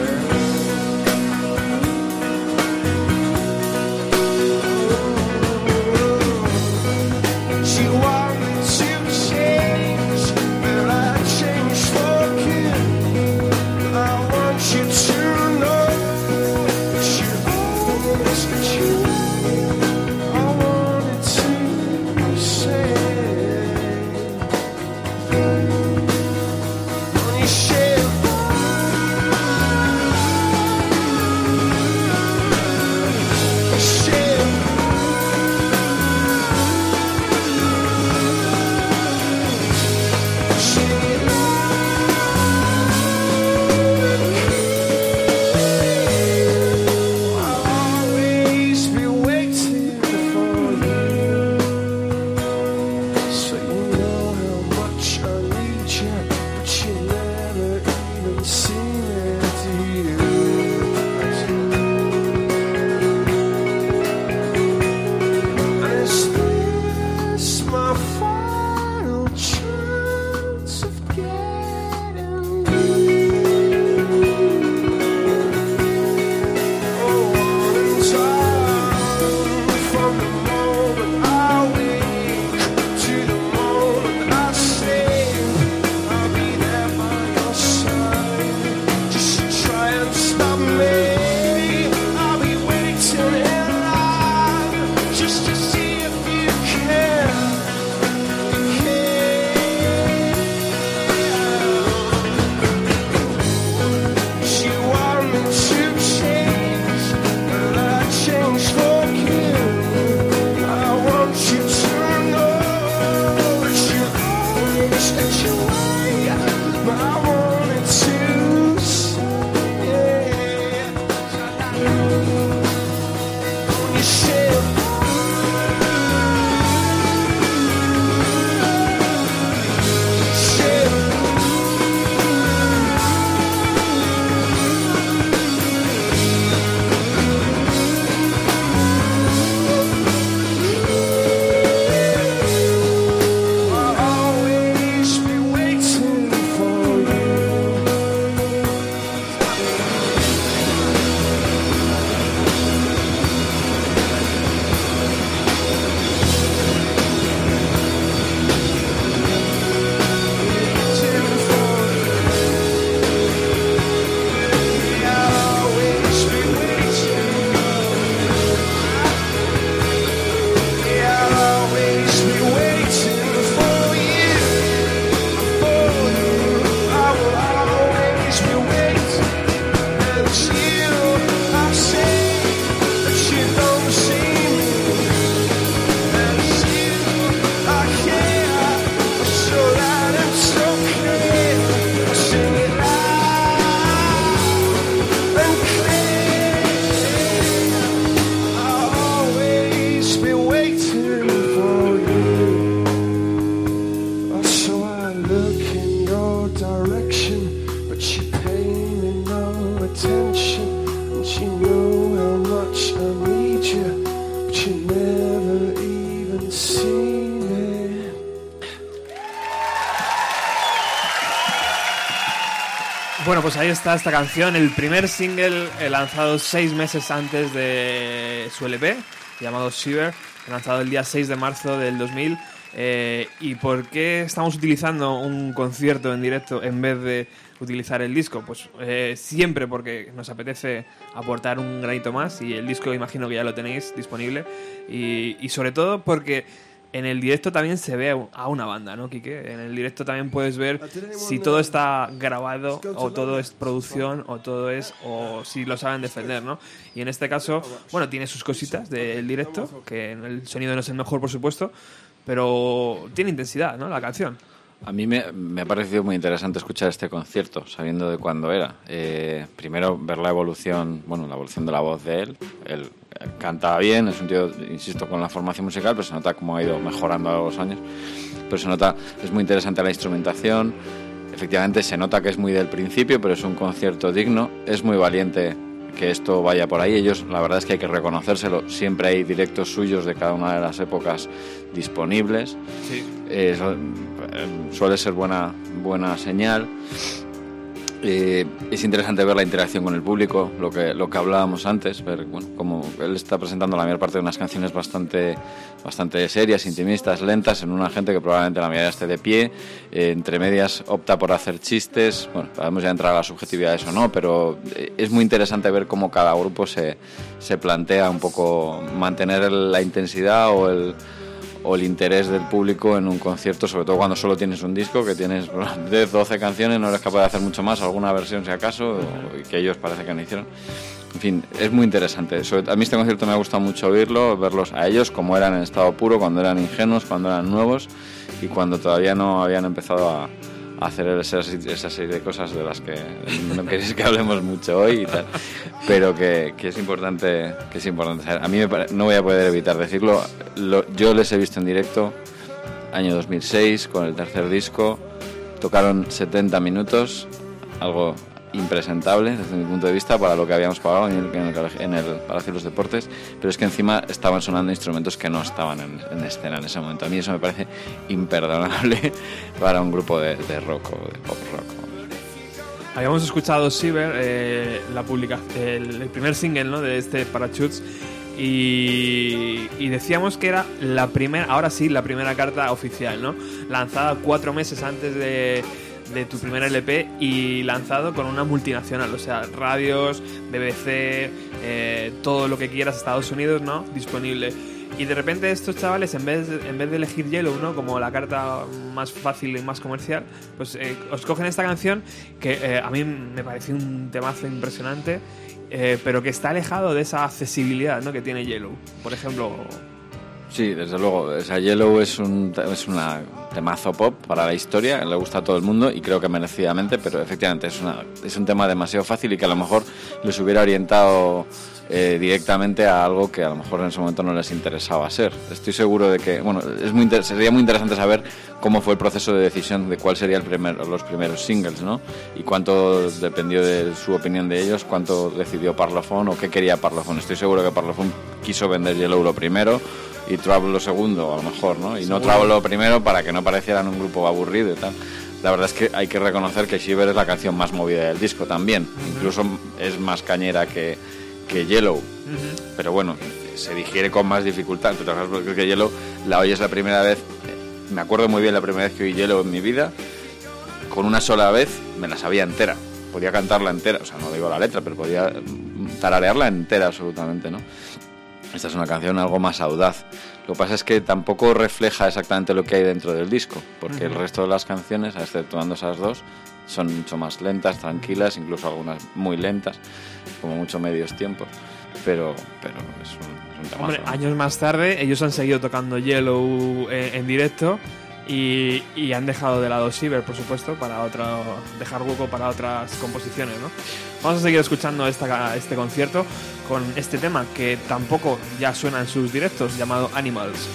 can. You want me to change, but I change for good. I want you to know that you always choose. I wanted to say, when you say, say, Bueno, pues ahí está esta canción, el primer single eh, lanzado seis meses antes de su L P, llamado Shiver, lanzado el día seis de marzo del dos mil. Eh, ¿Y por qué estamos utilizando un concierto en directo en vez de utilizar el disco? Pues eh, siempre porque nos apetece aportar un granito más, y el disco imagino que ya lo tenéis disponible, y, y sobre todo porque en el directo también se ve a una banda, ¿no, Quique? En el directo también puedes ver si todo está grabado, o todo es producción, o todo es, o si lo saben defender, ¿no? Y en este caso, bueno, tiene sus cositas del directo, que el sonido no es el mejor, por supuesto, pero tiene intensidad, ¿no?, la canción. A mí me, me ha parecido muy interesante escuchar este concierto, sabiendo de cuándo era. Eh, primero, ver la evolución, bueno, la evolución de la voz de él. Él canta bien, es un tío, insisto, con la formación musical, pero se nota cómo ha ido mejorando a lo largo de los años. Pero se nota, es muy interesante la instrumentación. Efectivamente, se nota que es muy del principio, pero es un concierto digno. Es muy valiente que esto vaya por ahí. Ellos, la verdad es que hay que reconocérselo, siempre hay directos suyos de cada una de las épocas disponibles. Sí. Eh, eso, eh, suele ser buena, buena señal. Eh, es interesante ver la interacción con el público, lo que, lo que hablábamos antes, ver, bueno, cómo él está presentando la mayor parte de unas canciones bastante, bastante serias, intimistas, lentas, en una gente que probablemente la mayoría esté de pie, eh, entre medias opta por hacer chistes. Bueno, podemos ya entrar a la subjetividad de eso, ¿no? Pero eh, es muy interesante ver cómo cada grupo se, se plantea un poco mantener la intensidad o el o el interés del público en un concierto, sobre todo cuando solo tienes un disco, que tienes diez, doce canciones, no eres capaz de hacer mucho más, alguna versión si acaso, o, que ellos parece que no hicieron. En fin, es muy interesante. Sobre, a mí este concierto me ha gustado mucho oírlo, verlos a ellos como eran en estado puro, cuando eran ingenuos, cuando eran nuevos y cuando todavía no habían empezado a, a hacer esa, esa serie de cosas de las que no queréis que hablemos mucho hoy y tal, pero que, que es importante que es importante saber. A mí me pare, no voy a poder evitar decirlo, lo, yo les he visto en directo año dos mil seis con el tercer disco, tocaron setenta minutos, algo impresentable desde mi punto de vista para lo que habíamos pagado en el, en el, en el Palacio de los Deportes, pero es que encima estaban sonando instrumentos que no estaban en, en escena en ese momento. A mí eso me parece imperdonable para un grupo de, de rock o de pop rock. Habíamos escuchado Shiver, eh, la publica, el, el primer single, ¿no?, de este Parachutes, y, y decíamos que era la primera, ahora sí, la primera carta oficial, ¿no?, lanzada cuatro meses antes de de tu primer L P y lanzado con una multinacional, o sea, radios, B B C, eh, todo lo que quieras, Estados Unidos, ¿no?, disponible. Y de repente estos chavales, en vez de, en vez de elegir Yellow, ¿no?, como la carta más fácil y más comercial, pues eh, os cogen esta canción que eh, a mí me pareció un temazo impresionante, eh, pero que está alejado de esa accesibilidad, ¿no?, que tiene Yellow. Por ejemplo... Sí, desde luego. O sea, Yellow es un es una temazo pop para la historia, le gusta a todo el mundo y creo que merecidamente, pero efectivamente es una es un tema demasiado fácil y que a lo mejor les hubiera orientado eh, directamente a algo que a lo mejor en ese momento no les interesaba ser. Estoy seguro de que, bueno, es muy inter- sería muy interesante saber cómo fue el proceso de decisión de cuál sería el primer, los primeros singles, ¿no? Y cuánto dependió de su opinión de ellos, cuánto decidió Parlophone o qué quería Parlophone. Estoy seguro que Parlophone quiso vender Yellow lo primero y Trouble lo segundo, a lo mejor, ¿no? Y no Trouble lo primero para que no parecieran un grupo aburrido y tal. La verdad es que hay que reconocer que Shiver es la canción más movida del disco también. Incluso es más cañera que, que Yellow. Uh-huh. Pero bueno, se digiere con más dificultad. Porque Yellow la oyes la primera vez. Me acuerdo muy bien la primera vez que oí Yellow en mi vida. Con una sola vez me la sabía entera. Podía cantarla entera. O sea, no digo la letra, pero podía tararearla entera absolutamente, ¿no? Esta es una canción algo más audaz. Lo que pasa es que tampoco refleja exactamente lo que hay dentro del disco, porque uh-huh. el resto de las canciones, exceptuando esas dos, son mucho más lentas, tranquilas, incluso algunas muy lentas, como mucho medios tiempos. Pero, pero es un, es un temazo. Hombre, años más tarde, ellos han seguido tocando Yellow en, en directo y, y han dejado de lado Shiver, por supuesto, para otro, dejar hueco para otras composiciones, ¿no? Vamos a seguir escuchando esta, este concierto con este tema que tampoco ya suena en sus directos, llamado Animals,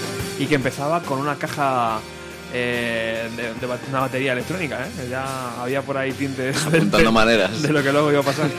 y que empezaba con una caja eh, de, de una batería electrónica, ¿eh? Ya había por ahí tintes apuntando de, maneras de lo que luego iba a pasar.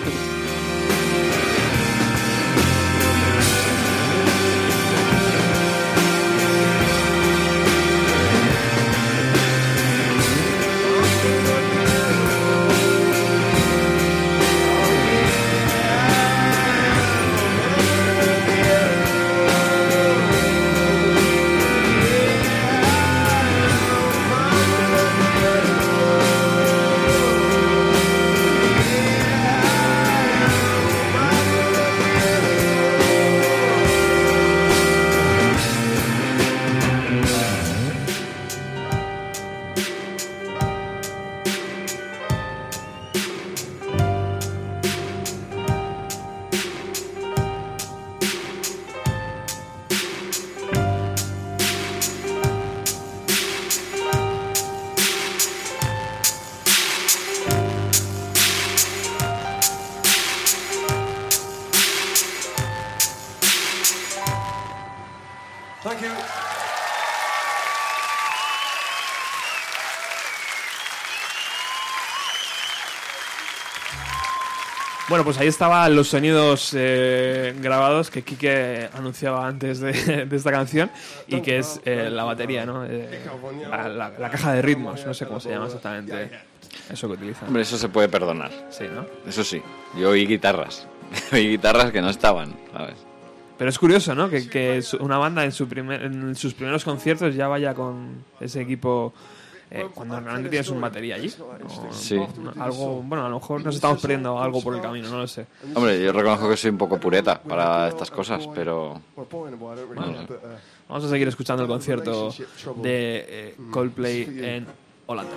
Bueno, pues ahí estaban los sonidos eh, grabados que Quique anunciaba antes de, de esta canción y que es eh, la batería, ¿no? Eh, la, la, la caja de ritmos, no sé cómo se llama exactamente eso que utilizan. Hombre, eso se puede perdonar. Sí, ¿no? Eso sí, yo oí guitarras. oí guitarras que no estaban, ¿sabes? Pero es curioso, ¿no? Que, que una banda en, su primer, en sus primeros conciertos ya vaya con ese equipo... Eh, cuando realmente tienes un batería allí. O, sí. no, algo, bueno, a lo mejor nos estamos perdiendo algo por el camino, no lo sé. Hombre, yo reconozco que soy un poco pureta para estas cosas, pero... Bueno, vamos a seguir escuchando el concierto de eh, Coldplay en Holanda.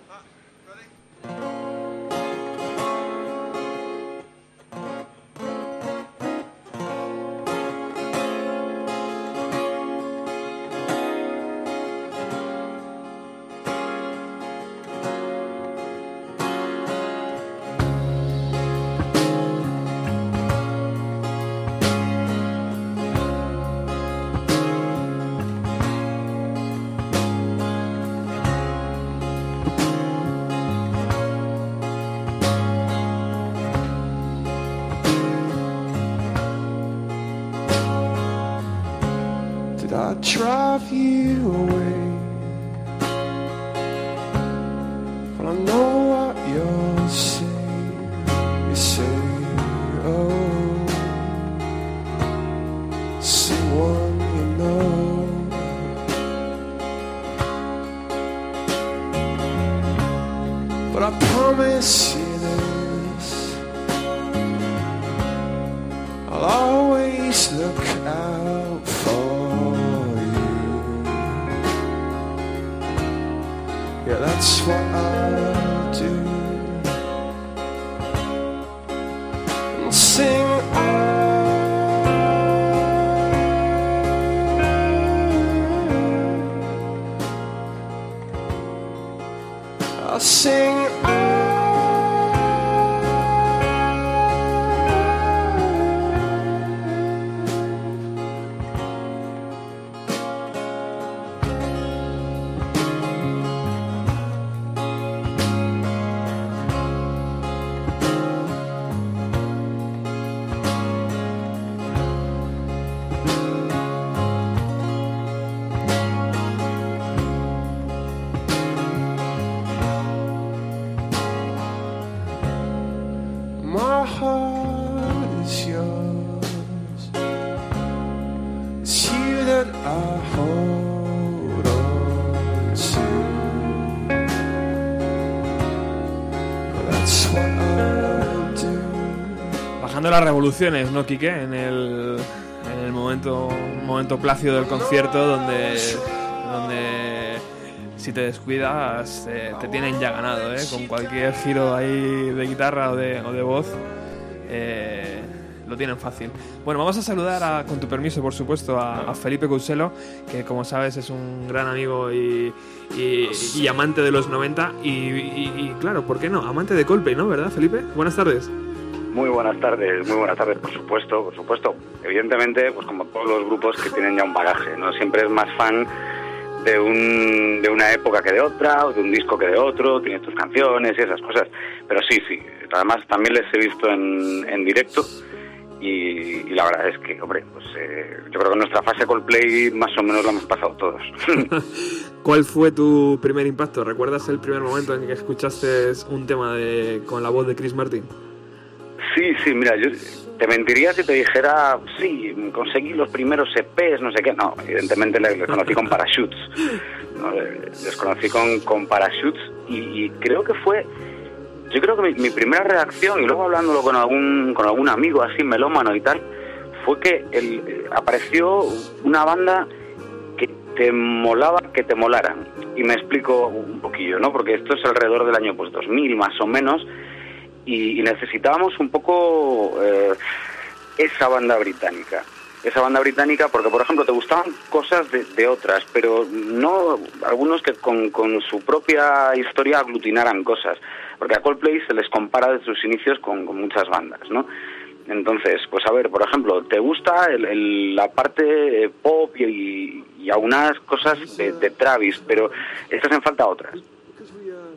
I drive you away. But I know what you'll say. You say, oh, someone you know. But I promise you this, I'll always look out for. Yeah, that's what I'll do. And sing I'll sing my heart is yours. It's you that I hold on to. That's what I'll do. Bajando las revoluciones, ¿no, Quique? En el, en el momento, momento plácido del concierto donde, donde si te descuidas eh, te tienen ya ganado, ¿eh? Con cualquier giro ahí de guitarra o de, o de voz eh, lo tienen fácil. Bueno, vamos a saludar, a, con tu permiso, por supuesto, a, a Felipe Couselo, que como sabes es un gran amigo y, y, y amante de los noventa y, y, y claro, ¿por qué no? Amante de Coldplay, ¿no? ¿Verdad, Felipe? Buenas tardes. Muy buenas tardes, muy buenas tardes, por supuesto, por supuesto. Evidentemente, pues como todos los grupos que tienen ya un bagaje, ¿no? Siempre es más fan de un de una época que de otra, o de un disco que de otro, tienes tus canciones y esas cosas. Pero sí, sí, además también les he visto en, en directo y, y la verdad es que, hombre, pues eh, yo creo que nuestra fase Coldplay más o menos la hemos pasado todos. ¿Cuál fue tu primer impacto? ¿Recuerdas el primer momento en que escuchaste un tema de, con la voz de Chris Martin? Sí, sí, mira, yo te mentiría si te dijera, sí, conseguí los primeros E Pes, no sé qué. No, evidentemente les, les conocí con Parachutes. ¿no? Les conocí con, con Parachutes y, y creo que fue, yo creo que mi, mi primera reacción, y luego hablándolo con algún con algún amigo así melómano y tal, fue que el, apareció una banda que te molaba que te molaran. Y me explico un poquillo, ¿no? Porque esto es alrededor del año pues dos mil más o menos. Y, y necesitábamos un poco eh, esa banda británica, esa banda británica porque, por ejemplo, te gustaban cosas de, de otras, pero no algunos que con, con su propia historia aglutinaran cosas, porque a Coldplay se les compara desde sus inicios con, con muchas bandas, ¿no? Entonces, pues a ver, por ejemplo, te gusta el, el, la parte pop y, y algunas cosas de, de Travis, pero estas en falta otras.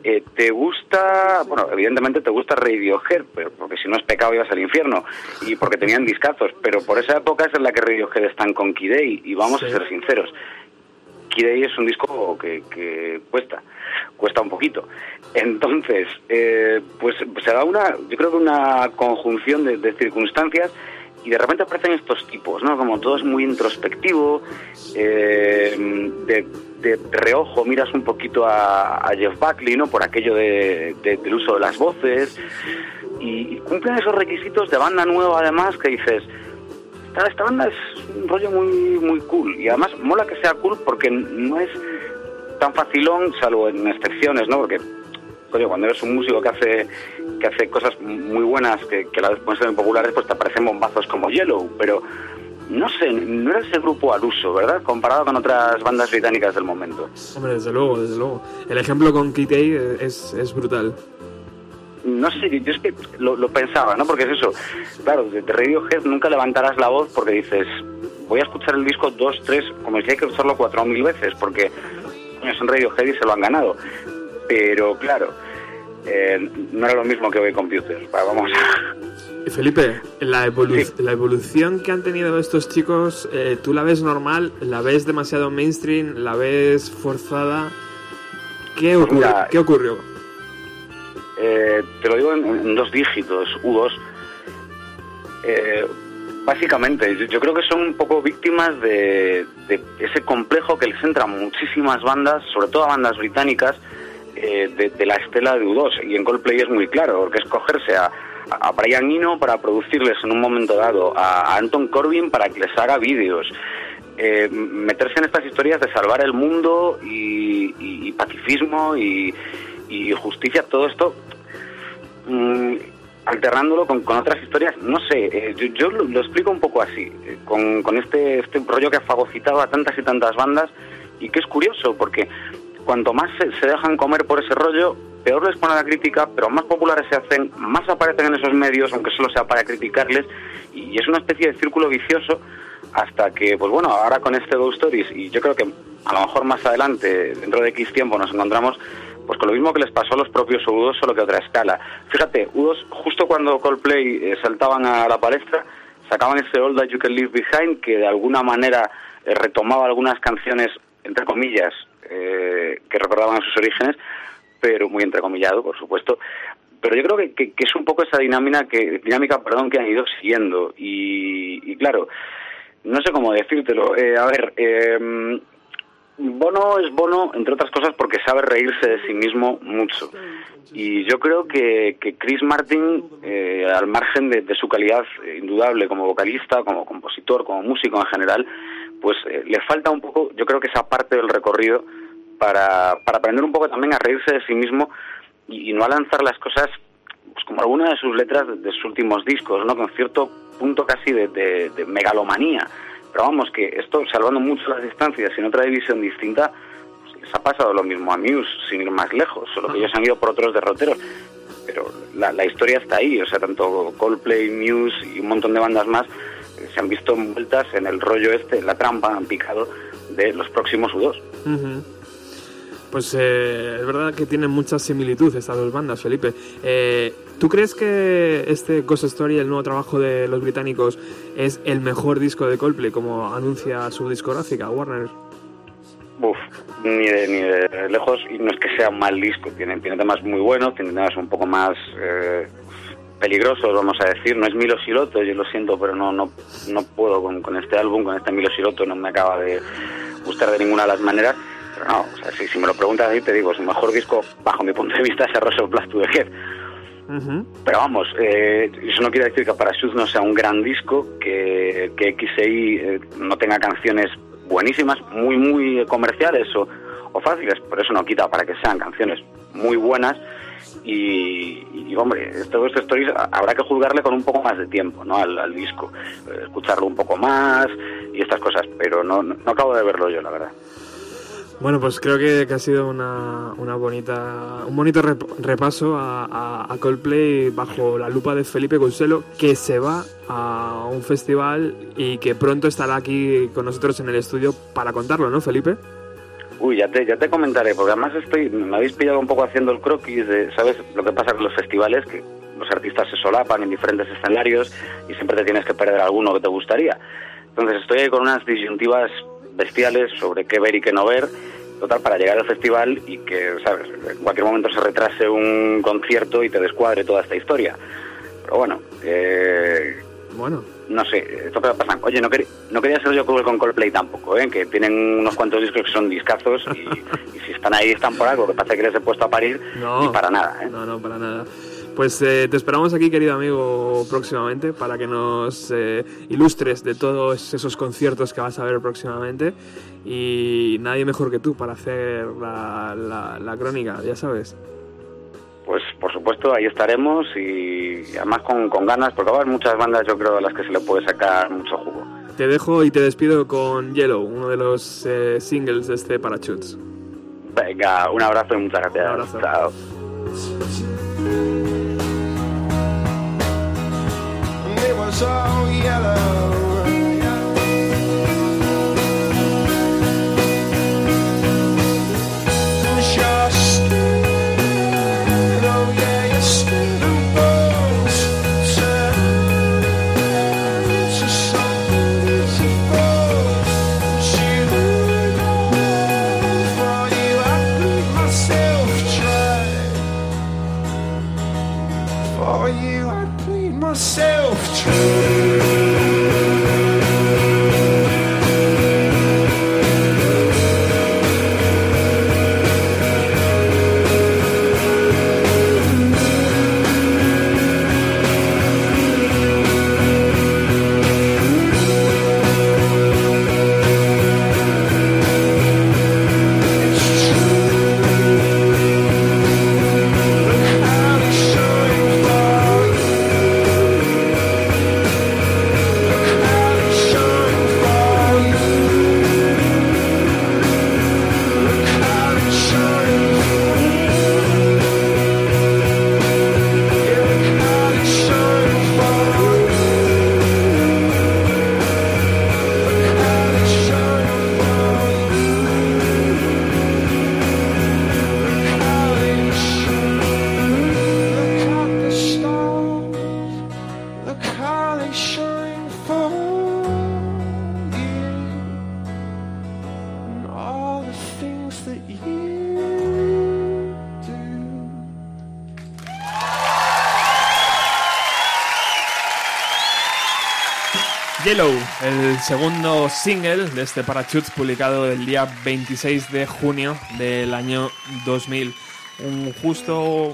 eh, te gusta, bueno, evidentemente te gusta Radiohead, pero porque si no es pecado ibas al infierno, y porque tenían discazos, pero por esa época es en la que Radiohead están con Kid A, y vamos sí. a ser sinceros, Kid A es un disco que, que cuesta, cuesta un poquito. Entonces, eh, pues se da una, yo creo que una conjunción de, de circunstancias, y de repente aparecen estos tipos, ¿no? Como todo es muy introspectivo, eh, de, de reojo miras un poquito a, a Jeff Buckley, ¿no? Por aquello de, de, del uso de las voces, y, y cumplen esos requisitos de banda nueva, además, que dices, esta, esta banda es un rollo muy, muy cool, y además mola que sea cool porque no es tan facilón, salvo en excepciones, ¿no? Porque, coño, cuando eres un músico que hace que hace cosas muy buenas, que, que a la vez pueden ser muy populares, pues te aparecen bombazos como Yellow, pero no sé, no era ese grupo al uso, ¿verdad? Comparado con otras bandas británicas del momento. Hombre, desde luego, desde luego. El ejemplo con Kid A es, es brutal. No sé, yo es que lo, lo pensaba, ¿no? Porque es eso, claro, de Radiohead nunca levantarás la voz porque dices, voy a escuchar el disco dos, tres, como si hay que escucharlo cuatro mil veces, porque son Radiohead y se lo han ganado. Pero claro, eh, no era lo mismo que hoy Computer. Vamos a... Felipe, la, evolu- sí. la evolución que han tenido estos chicos, eh, ¿tú la ves normal? ¿La ves demasiado mainstream? ¿La ves forzada? ¿Qué, ocurri- Mira, ¿qué ocurrió? Eh, te lo digo en, en dos dígitos, U dos. Eh, básicamente, yo, yo creo que son un poco víctimas de, de ese complejo que les entra a muchísimas bandas, sobre todo a bandas británicas, eh, de, de la estela de U dos. Y en Coldplay es muy claro, porque es cogerse a, a Brian Eno para producirles en un momento dado, a, a Anton Corbijn para que les haga vídeos. Eh, meterse en estas historias de salvar el mundo y, y, y pacifismo y, y justicia, todo esto mmm, alternándolo con, con otras historias, no sé, eh, yo, yo lo, lo explico un poco así, eh, con, con este, este rollo que ha fagocitado a tantas y tantas bandas, y que es curioso porque cuanto más se, se dejan comer por ese rollo, peor les pone la crítica, pero más populares se hacen, más aparecen en esos medios, aunque solo sea para criticarles, y es una especie de círculo vicioso hasta que, pues bueno, ahora con este Ghost Stories, y yo creo que a lo mejor más adelante, dentro de X tiempo, nos encontramos pues con lo mismo que les pasó a los propios U dos, solo que a otra escala. Fíjate, U dos, justo cuando Coldplay eh, saltaban a la palestra, sacaban ese All That You Can Leave Behind, que de alguna manera eh, retomaba algunas canciones, entre comillas, eh, que recordaban a sus orígenes, pero muy entrecomillado, por supuesto. Pero yo creo que, que, que es un poco esa dinámica que, dinámica, perdón, que han ido siguiendo. Y, y claro, no sé cómo decírtelo. Eh, a ver, eh, Bono es Bono, entre otras cosas, porque sabe reírse de sí mismo mucho. Y yo creo que, que Chris Martin, eh, al margen de, de su calidad indudable como vocalista, como compositor, como músico en general, pues eh, le falta un poco, yo creo que esa parte del recorrido para, para aprender un poco también a reírse de sí mismo y, y no a lanzar las cosas pues como alguna de sus letras de, de sus últimos discos, ¿no? Con cierto punto casi de, de, de megalomanía. Pero vamos, que esto, salvando mucho las distancias y en otra división distinta, pues les ha pasado lo mismo a Muse, sin ir más lejos, solo que ellos han ido por otros derroteros. Pero la, la historia está ahí, o sea, tanto Coldplay, Muse y un montón de bandas más eh, se han visto envueltas en el rollo este, la trampa, han picado de los próximos U dos. Uh-huh. Pues eh, es verdad que tienen muchas similitudes estas dos bandas, Felipe. Eh, ¿Tú crees que este Ghost Story, el nuevo trabajo de los británicos, es el mejor disco de Coldplay, como anuncia su discográfica, Warner? Uf, ni de, ni de lejos, y no es que sea un mal disco, tiene, tiene temas muy buenos, tiene temas un poco más eh, peligrosos, vamos a decir. No es Milo Siloto, yo lo siento, pero no no no puedo con, con este álbum, con este Milo Siloto, no me acaba de gustar de ninguna de las maneras. Pero no, o sea, si, si me lo preguntas ahí, te digo, su mejor disco, bajo mi punto de vista, es Rose of Blood to the Head. Uh-huh. Pero vamos, eh, eso no quiere decir que Parachute no sea un gran disco, que, que X A eh, no tenga canciones buenísimas, muy, muy comerciales o, o fáciles, pero eso no quita para que sean canciones muy buenas. Y, y hombre, estos stories habrá que juzgarle con un poco más de tiempo, ¿no? Al, al disco, eh, escucharlo un poco más y estas cosas, pero no, no, no acabo de verlo yo, la verdad. Bueno, pues creo que, que ha sido una, una bonita, un bonito rep, repaso a, a, a Coldplay bajo la lupa de Felipe Couselo, que se va a un festival y que pronto estará aquí con nosotros en el estudio para contarlo, ¿no, Felipe? Uy, ya te, ya te comentaré, porque además estoy, me habéis pillado un poco haciendo el croquis de, ¿sabes? Lo que pasa con los festivales, que los artistas se solapan en diferentes escenarios y siempre te tienes que perder alguno que te gustaría. Entonces estoy ahí con unas disyuntivas bestiales sobre qué ver y qué no ver, total, para llegar al festival y que, ¿sabes? En cualquier momento se retrase un concierto y te descuadre toda esta historia. Pero bueno, eh... Bueno... No sé, esto que va a pasar. Oye, no, quer- no quería ser yo cruel con Coldplay tampoco, ¿eh? Que tienen unos cuantos discos que son discazos y, y si están ahí están por algo, que parece que les he puesto a parir No, y para nada, ¿eh? No, no, para nada. Pues eh, te esperamos aquí, querido amigo, próximamente para que nos eh, ilustres de todos esos conciertos que vas a ver próximamente y nadie mejor que tú para hacer la, la, la crónica, ya sabes. Pues por supuesto, ahí estaremos y además con, con ganas, porque va a haber muchas bandas, yo creo, a las que se le puede sacar mucho jugo. Te dejo y te despido con Yellow, uno de los eh, singles de este Parachutes. Venga, un abrazo y muchas gracias. Un abrazo. Chao. And it was all yellow. Just, oh yeah, your skin and bones turn to songs of gold. You, for you I bleed myself dry. For you I bleed myself dry. Yellow, el segundo single de este Parachutes, publicado el día veintiséis de junio del año dos mil, un justo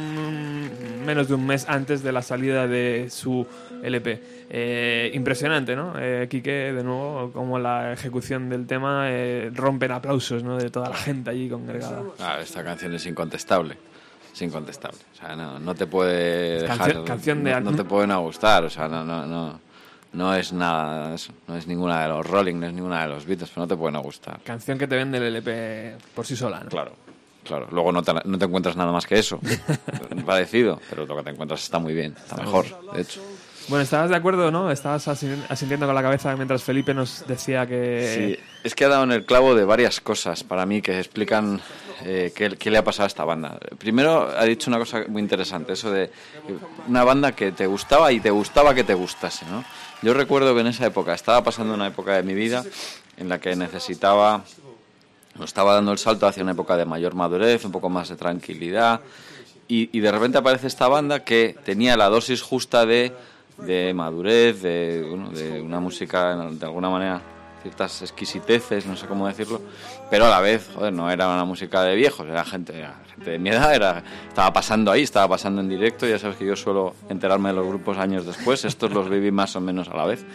mm, menos de un mes antes de la salida de su L P. Eh, impresionante, ¿no? Eh, Quique, de nuevo, como la ejecución del tema eh, rompen aplausos, ¿no? De toda la gente allí congregada. Ah, esta canción es incontestable. Es incontestable. O sea, no, no te puede dejar... Canción, canción de... No, no te puede no gustar, o sea, no... no, no. No es nada de eso, no es ninguna de los Rolling, no es ninguna de los Beatles, pero no te puede no gustar. Canción que te vende el L P por sí sola, ¿no? Claro, claro. Luego no te, no te encuentras nada más que eso, parecido, pero lo que te encuentras está muy bien, está mejor, de hecho. Bueno, ¿estabas de acuerdo, no? Estabas asintiendo con la cabeza mientras Felipe nos decía que... Sí, es que ha dado en el clavo de varias cosas para mí que explican eh, qué, qué le ha pasado a esta banda. Primero ha dicho una cosa muy interesante, eso de una banda que te gustaba y te gustaba que te gustase, ¿no? Yo recuerdo que en esa época, estaba pasando una época de mi vida en la que necesitaba, o estaba dando el salto hacia una época de mayor madurez, un poco más de tranquilidad, y, y de repente aparece esta banda que tenía la dosis justa de, de madurez, de, bueno, de una música, de alguna manera, ciertas exquisiteces, no sé cómo decirlo, pero a la vez, joder, no era una música de viejos, era gente, era gente de mi edad, era, estaba pasando ahí, estaba pasando en directo, ya sabes que yo suelo enterarme de los grupos años después, estos los viví más o menos a la vez,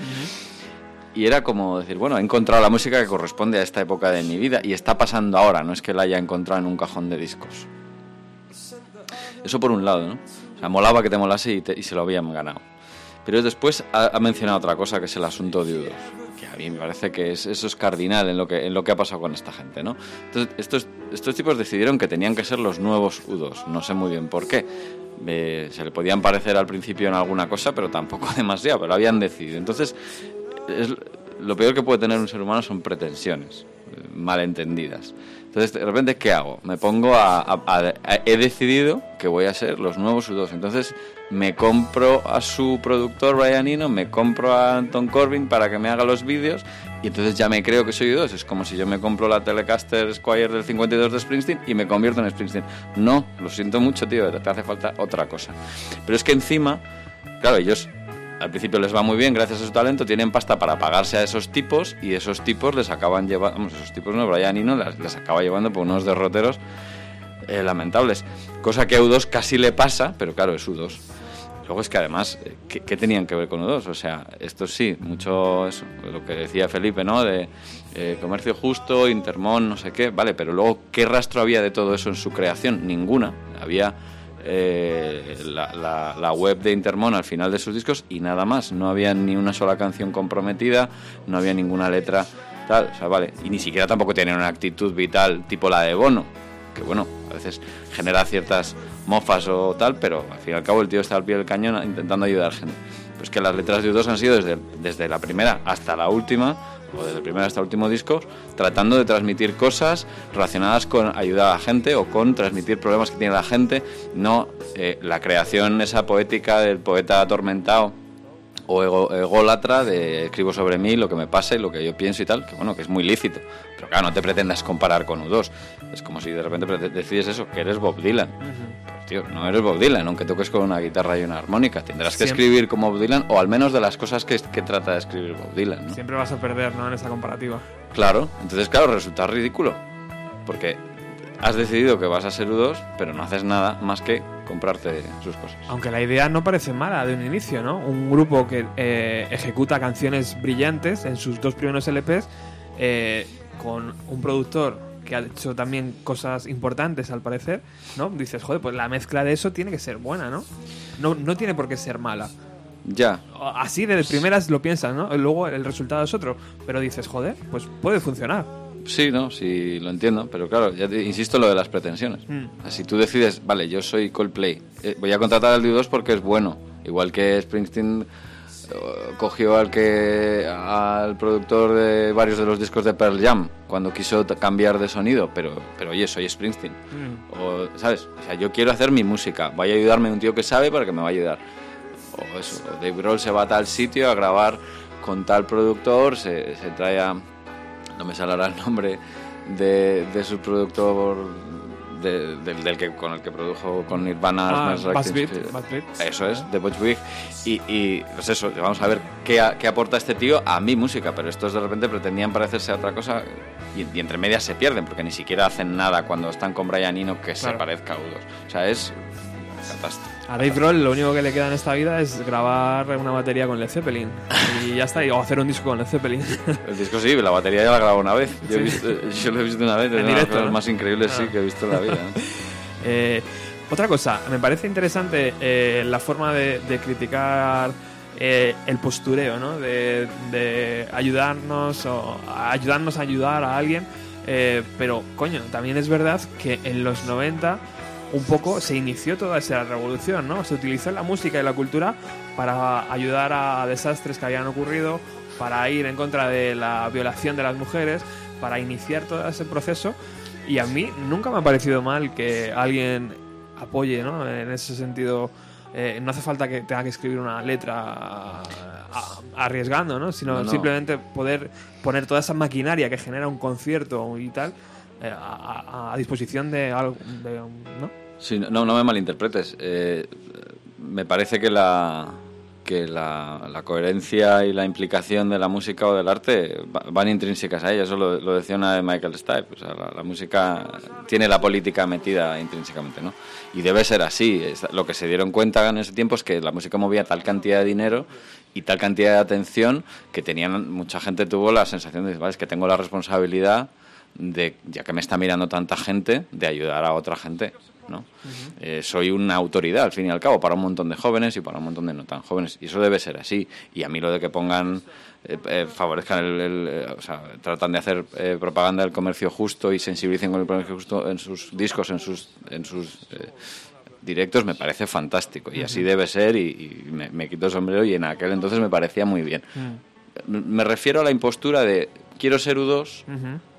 y era como decir, bueno, he encontrado la música que corresponde a esta época de mi vida, y está pasando ahora, no es que la haya encontrado en un cajón de discos. Eso por un lado, ¿no? O sea, molaba que te molase y, te, y se lo habían ganado. Pero después ha, ha mencionado otra cosa, que es el asunto de U dos, que a mí me parece que es, eso es cardinal en lo que en lo que ha pasado con esta gente, ¿no? Entonces, estos, estos tipos decidieron que tenían que ser los nuevos U dos, no sé muy bien por qué. Eh, se le podían parecer al principio en alguna cosa, pero tampoco demasiado, pero lo habían decidido. Entonces, es, lo peor que puede tener un ser humano son pretensiones. malentendidas. Entonces, de repente, ¿qué hago? Me pongo a, a, a, a... He decidido que voy a ser los nuevos U dos. Entonces, me compro a su productor, Brian Eno, me compro a Anton Corbijn para que me haga los vídeos, y entonces ya me creo que soy U dos. Es como si yo me compro la Telecaster Squire del cincuenta y dos de Springsteen y me convierto en Springsteen. No, lo siento mucho, tío, te hace falta otra cosa. Pero es que encima, claro, ellos... Al principio les va muy bien gracias a su talento, tienen pasta para pagarse a esos tipos y esos tipos les acaban llevando, vamos, esos tipos no, Brian Eno les, les acaba llevando por unos derroteros eh, lamentables. Cosa que a U dos casi le pasa, pero claro, es U dos. Luego es que además, ¿qué, qué tenían que ver con U dos? O sea, esto sí, mucho eso, lo que decía Felipe, ¿no? De eh, comercio justo, Intermón, no sé qué, vale, pero luego, ¿qué rastro había de todo eso en su creación? Ninguna. Había... Eh, la, la, la web de Intermón al final de sus discos y nada más, no había ni una sola canción comprometida, no había ninguna letra tal, o sea, vale, y ni siquiera tampoco tenían una actitud vital tipo la de Bono, que bueno, a veces genera ciertas mofas o tal, pero al fin y al cabo el tío está al pie del cañón intentando ayudar a gente. Pues que las letras de U dos han sido desde, desde la primera hasta la última, o desde el primer hasta el último disco, tratando de transmitir cosas relacionadas con ayudar a la gente o con transmitir problemas que tiene la gente, no eh, la creación esa poética del poeta atormentado o ego, ególatra de escribo sobre mí lo que me pasa y lo que yo pienso y tal, que bueno, que es muy lícito, pero claro, no te pretendas comparar con U dos. Es como si de repente decides eso, que eres Bob Dylan. Uh-huh. Pues tío, no eres Bob Dylan, aunque toques con una guitarra y una armónica, tendrás que Siempre. escribir como Bob Dylan, o al menos de las cosas que, que trata de escribir Bob Dylan, ¿no? Siempre vas a perder, ¿no?, en esa comparativa. Claro, entonces claro, resulta ridículo, porque has decidido que vas a ser U dos, pero no haces nada más que comprarte sus cosas. Aunque la idea no parece mala de un inicio, ¿no? Un grupo que eh, ejecuta canciones brillantes en sus dos primeros L Pes, eh, con un productor que ha hecho también cosas importantes al parecer, ¿no? Dices, joder, pues la mezcla de eso tiene que ser buena, ¿no? No, no tiene por qué ser mala. Ya. Así de primeras lo piensas, ¿no? Luego el resultado es otro, pero dices, joder, pues puede funcionar. Sí, no, sí, lo entiendo, pero claro, ya te, insisto en lo de las pretensiones. Mm. Si tú decides, vale, yo soy Coldplay, eh, voy a contratar al U dos porque es bueno, igual que Springsteen eh, cogió al que al productor de varios de los discos de Pearl Jam cuando quiso t- cambiar de sonido, pero pero oye, soy Springsteen. Mm. O, ¿sabes? O sea, yo quiero hacer mi música, vaya a ayudarme un tío que sabe para que me va a ayudar. O eso, o Dave Grohl se va a tal sitio a grabar con tal productor, se, se trae a... no me saldrá el nombre de, de su productor de, de, del que con el que produjo con Nirvana. Ah, Buzz Beat, eso es, de Butch Vig, y, y pues eso, vamos a ver qué, a, qué aporta este tío a mi música, pero estos de repente pretendían parecerse a otra cosa y, y entre medias se pierden porque ni siquiera hacen nada cuando están con Brian Eno que claro. se parezca a U dos, o sea, es catástrofe. A Dave Grohl lo único que le queda en esta vida es grabar una batería con Led Zeppelin y ya está, o hacer un disco con Led Zeppelin. El disco sí, la batería ya la grabó una vez. Yo, he visto, yo lo he visto una vez, es una de las cosas más increíbles ah. sí, que he visto en la vida, ¿no? eh, Otra cosa, me parece interesante eh, la forma de, de criticar eh, el postureo, ¿no? De, de ayudarnos o ayudarnos a ayudar a alguien, eh, pero coño, también es verdad que en los noventa un poco se inició toda esa revolución, ¿no? Se utilizó la música y la cultura para ayudar a desastres que habían ocurrido, para ir en contra de la violación de las mujeres, para iniciar todo ese proceso, y a mí nunca me ha parecido mal que alguien apoye, ¿no? En ese sentido, eh, no hace falta que tenga que escribir una letra a, a, arriesgando, ¿no? Sino no, no. simplemente poder poner toda esa maquinaria que genera un concierto y tal eh, a, a disposición de algo, de, ¿no? Sí, no, no me malinterpretes. Eh, me parece que la que la, la coherencia y la implicación de la música o del arte van intrínsecas a ella. Eso lo, lo decía una de Michael Stipe. O sea, la, la música tiene la política metida intrínsecamente, ¿no? Y debe ser así. Es, lo que se dieron cuenta en ese tiempo es que la música movía tal cantidad de dinero y tal cantidad de atención que tenían, mucha gente tuvo la sensación de, vale, es que tengo la responsabilidad de, ya que me está mirando tanta gente, de ayudar a otra gente, ¿no? Uh-huh. Eh, soy una autoridad, al fin y al cabo, para un montón de jóvenes y para un montón de no tan jóvenes. Y eso debe ser así. Y a mí lo de que pongan, eh, eh, favorezcan, el, el, eh, o sea, tratan de hacer eh, propaganda del comercio justo y sensibilicen con el comercio justo en sus discos, en sus, en sus eh, directos, me parece fantástico. Y uh-huh. así debe ser, y, y me, me quito el sombrero, y en aquel entonces me parecía muy bien. Uh-huh. Me refiero a la impostura de quiero ser U dos, uh-huh.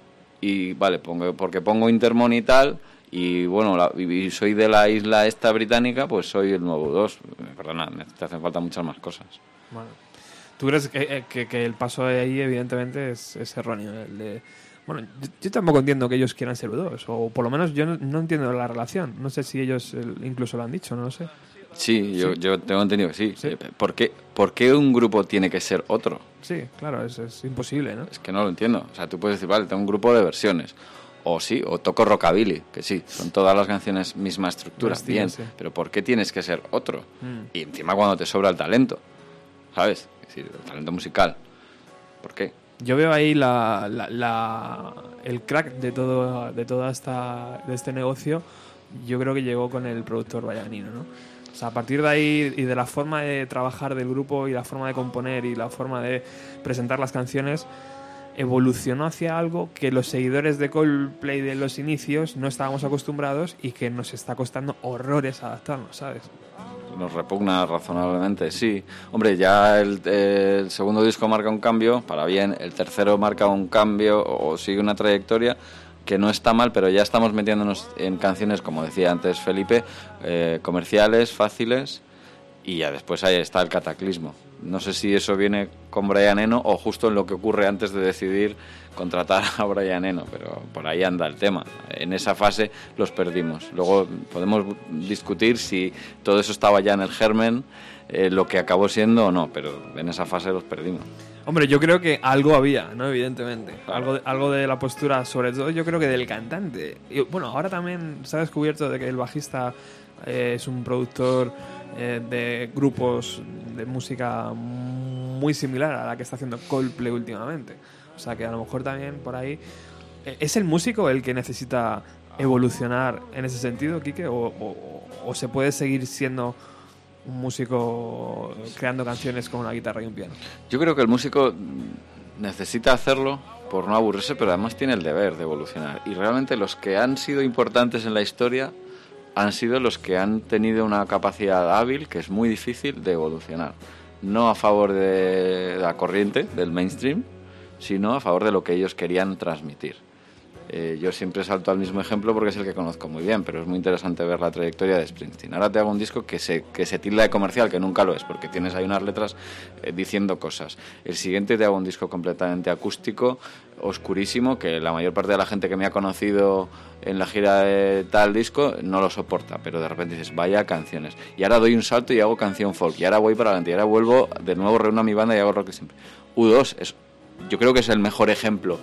y vale, pongo, porque pongo Intermon y tal, y bueno, la, y soy de la isla esta británica, pues soy el nuevo U dos. Perdona, me, te hacen falta muchas más cosas. Bueno. ¿Tú crees que, que, que el paso de ahí, evidentemente, es, es erróneo? El de, bueno, yo, yo tampoco entiendo que ellos quieran ser U dos, o por lo menos yo no, no entiendo la relación. No sé si ellos el, incluso lo han dicho, no lo sé. Sí, yo, ¿Sí? yo tengo entendido que sí. ¿Sí? ¿Por qué, ¿Por qué un grupo tiene que ser otro? Sí, claro, es, es imposible, ¿no? Es que no lo entiendo. O sea, tú puedes decir, vale, tengo un grupo de versiones. O sí, o toco rockabilly, que sí, son todas las canciones misma estructura, Estilo, bien. sí. Pero ¿por qué tienes que ser otro? Mm. Y encima cuando te sobra el talento, ¿sabes? Es decir, el talento musical. ¿Por qué? Yo veo ahí la, la, la, el crack de todo de toda esta de este negocio. Yo creo que llegó con el productor valleanino, ¿no? O sea, a partir de ahí y de la forma de trabajar del grupo y la forma de componer y la forma de presentar las canciones, evolucionó hacia algo que los seguidores de Coldplay de los inicios no estábamos acostumbrados y que nos está costando horrores adaptarnos, ¿sabes? Nos repugna razonablemente, sí. Hombre, ya el, el segundo disco marca un cambio, para bien. El tercero marca un cambio o sigue una trayectoria que no está mal, pero ya estamos metiéndonos en canciones, como decía antes Felipe, eh, comerciales, fáciles, y ya después ahí está el cataclismo. No sé si eso viene con Brian Eno o justo en lo que ocurre antes de decidir contratar a Brian Eno, pero por ahí anda el tema. En esa fase los perdimos. Luego podemos discutir si todo eso estaba ya en el germen, eh, lo que acabó siendo o no, pero en esa fase los perdimos. Hombre, yo creo que algo había, ¿no? Evidentemente. Algo de, algo de la postura, sobre todo yo creo que del cantante. Y, bueno, ahora también se ha descubierto de que el bajista eh, es un productor eh, de grupos de música muy similar a la que está haciendo Coldplay últimamente. O sea que a lo mejor también por ahí... ¿Es el músico el que necesita evolucionar en ese sentido, Quique? ¿O, o, o se puede seguir siendo un músico creando canciones con una guitarra y un piano? Yo creo que el músico necesita hacerlo por no aburrirse, pero además tiene el deber de evolucionar. Y realmente los que han sido importantes en la historia han sido los que han tenido una capacidad hábil que es muy difícil de evolucionar. No a favor de la corriente, del mainstream, sino a favor de lo que ellos querían transmitir. Eh, yo siempre salto al mismo ejemplo porque es el que conozco muy bien, pero es muy interesante ver la trayectoria de Springsteen. Ahora te hago un disco que se, que se tilda de comercial, que nunca lo es, porque tienes ahí unas letras eh, diciendo cosas. El siguiente te hago un disco completamente acústico, oscurísimo, que la mayor parte de la gente que me ha conocido en la gira de tal disco no lo soporta, pero de repente dices, vaya canciones. Y ahora doy un salto y hago canción folk, y ahora voy para adelante, y ahora vuelvo, de nuevo reúno a mi banda y hago rock siempre. U dos es, yo creo que es el mejor ejemplo,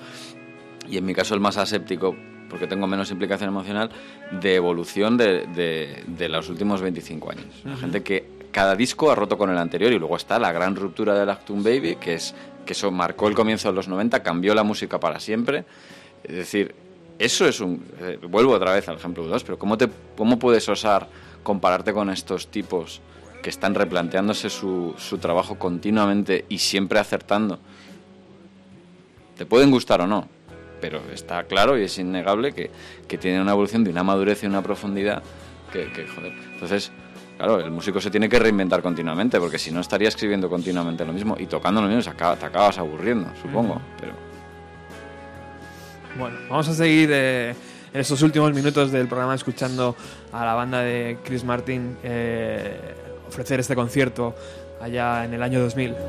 y en mi caso el más aséptico, porque tengo menos implicación emocional, de evolución de, de, de los últimos veinticinco años. La uh-huh. gente que cada disco ha roto con el anterior, y luego está la gran ruptura del Achtung Baby, que es que eso marcó el comienzo de los noventa, cambió la música para siempre. Es decir, eso es un... Eh, vuelvo otra vez al ejemplo de dos, pero ¿cómo, te, ¿cómo puedes osar compararte con estos tipos que están replanteándose su, su trabajo continuamente y siempre acertando? Te pueden gustar o no, pero está claro y es innegable que, que tiene una evolución de una madurez y una profundidad que, que, joder. Entonces, claro, el músico se tiene que reinventar continuamente, porque si no estaría escribiendo continuamente lo mismo y tocando lo mismo, se acaba, te acabas aburriendo, supongo. Mm. Pero bueno, vamos a seguir eh, en estos últimos minutos del programa escuchando a la banda de Chris Martin eh, ofrecer este concierto allá en el año dos mil.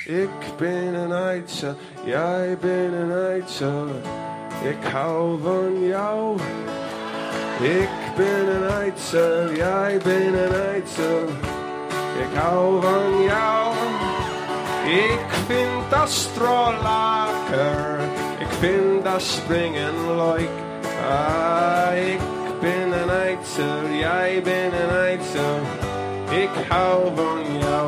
Ik ben een eitje, jij bent een eitje. Ik hou van jou. Ik ben een eitje, jij bent een eitje. Ik hou van jou. Ik vind dat stro lekker. Ik vind dat springen leuk. Ah, ik ben een eitje, jij bent een eitje. Ik hou van jou.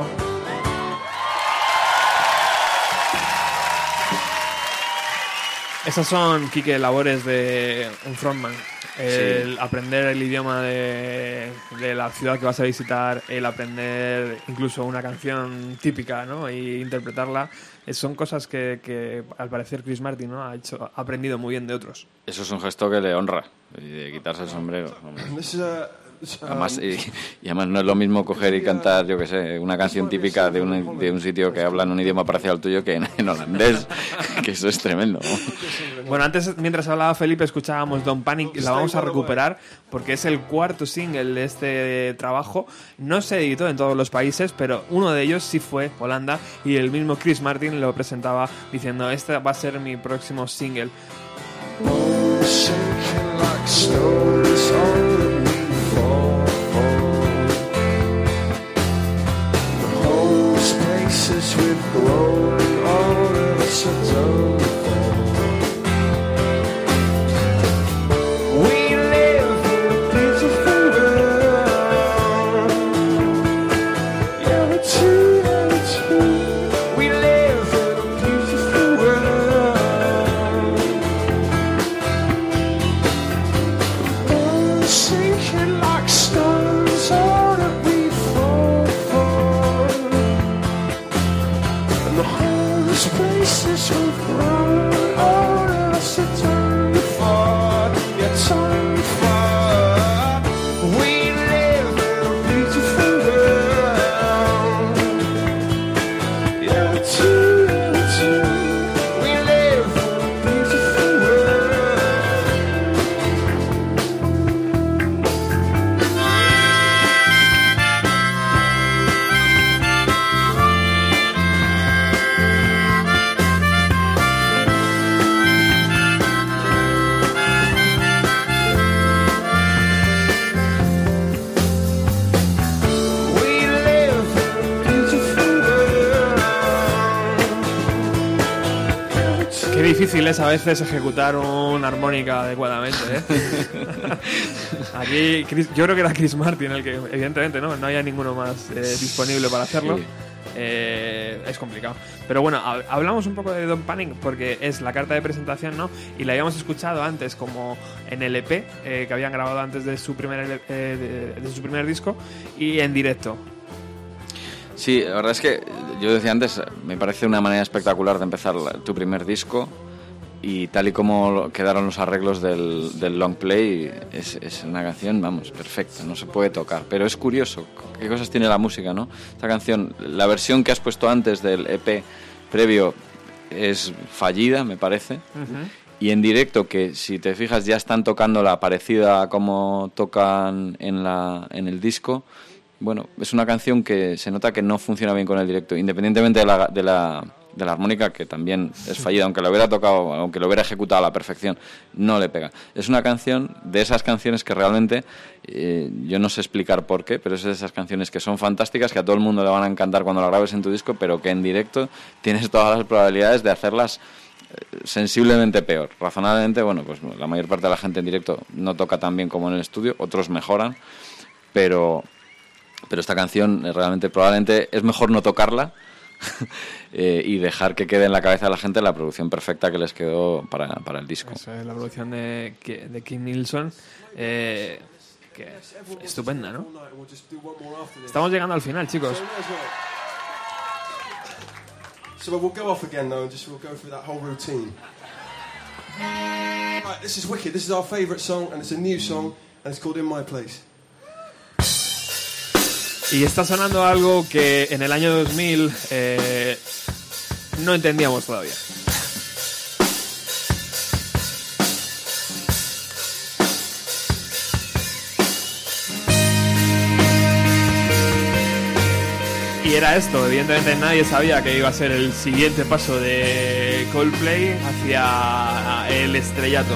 Esas son, Quique, labores de un frontman. El Sí. aprender el idioma de, de la ciudad que vas a visitar, el aprender incluso una canción típica, ¿no? Y interpretarla, eh, son cosas que, que al parecer Chris Martin, ¿no? ha hecho, ha aprendido muy bien de otros. Eso es un gesto que le honra, y de quitarse el sombrero. Hombre. This is a, this, um, Además, y, y además no es lo mismo coger y cantar, yo qué sé, una canción típica de un, de un sitio que habla en un idioma parecido al tuyo que en, en holandés, que eso es tremendo. Bueno, antes, mientras hablaba Felipe, escuchábamos Don't Panic y la vamos a recuperar porque es el cuarto single de este trabajo. No se editó en todos los países, pero uno de ellos sí fue Holanda y el mismo Chris Martin lo presentaba diciendo: este va a ser mi próximo single. shaking like stones on the we fall. The whole spaces we've grown, all of us are done for. We live in a beautiful world. Yeah, we do, yeah, we do. We live in a beautiful world. Sinking like stones, all that we fall for. And the whole spaces we've grown, all of us are done for. Yeah, time for. We live in a beautiful world. Yeah, we do, yeah, we do. We live in a beautiful world. We live in a beautiful world. Qué difícil es a veces ejecutar una armónica adecuadamente, ¿eh? Aquí Chris- yo creo que era Chris Martin el que, evidentemente, no, no había ninguno más eh, disponible para hacerlo. Sí. Eh, es complicado. Pero bueno, hab- hablamos un poco de Don't Panic porque es la carta de presentación, ¿no? Y la habíamos escuchado antes como en el E P eh, que habían grabado antes de su primer L- eh, de, de su primer disco y en directo. Sí, la verdad es que yo decía antes, me parece una manera espectacular de empezar la- tu primer disco, y tal y como lo- quedaron los arreglos del, del long play, es, es una canción, vamos, perfecta, no se puede tocar. Pero es curioso, qué cosas tiene la música, ¿no? Esta canción, la versión que has puesto antes del E P previo es fallida, me parece. Y en directo, que si te fijas ya están tocando la parecida a como tocan en, la, en el disco, bueno, es una canción que se nota que no funciona bien con el directo, independientemente de la, de la, de la armónica, que también es fallida, aunque lo hubiera tocado, aunque lo hubiera ejecutado a la perfección, no le pega. Es una canción de esas canciones que realmente, eh, yo no sé explicar por qué, pero es de esas canciones que son fantásticas, que a todo el mundo le van a encantar cuando la grabes en tu disco, pero que en directo tienes todas las probabilidades de hacerlas sensiblemente peor. Razonablemente, bueno, pues la mayor parte de la gente en directo no toca tan bien como en el estudio, otros mejoran, pero pero esta canción eh, realmente probablemente es mejor no tocarla eh, y dejar que quede en la cabeza de la gente la producción perfecta que les quedó para, para el disco. Eso es la producción de, de Kim Nilsson, eh, que estupenda, ¿no? Estamos llegando al final, chicos. So we'll go off again though, and just we'll go through that whole routine. Right, this is wicked. This is our favourite song, and it's a new song, and it's called In My Place. Y está sonando algo que en el año dos mil eh, no entendíamos todavía. Y era esto, evidentemente nadie sabía que iba a ser el siguiente paso de Coldplay hacia el estrellato.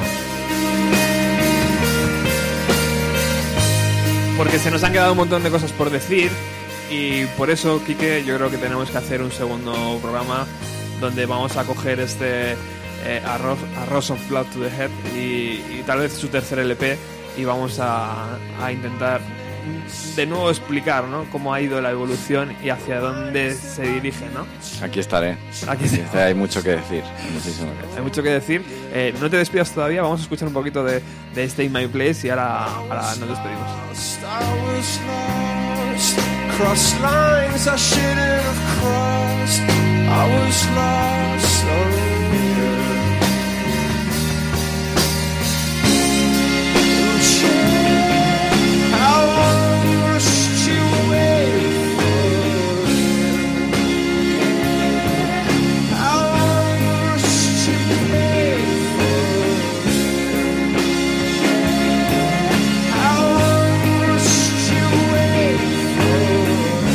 Porque se nos han quedado un montón de cosas por decir y por eso, Quique, yo creo que tenemos que hacer un segundo programa donde vamos a coger este eh, Arrows, Arrows of Blood to the Head y, y tal vez su tercer L P y vamos a, a intentar de nuevo explicar, ¿no?, cómo ha ido la evolución y hacia dónde se dirige, ¿no? Aquí estaré. Aquí sí. Hay mucho que decir. Muchísimo que decir. Hay mucho que decir. Eh, no te despidas todavía, vamos a escuchar un poquito de, de Stay in My Place y ahora, ahora nos despedimos. Cross lines I shouldn't have crossed. I was lost. Oh, yeah. How I rushed you away for. How I rushed you away for. How I rushed you away for.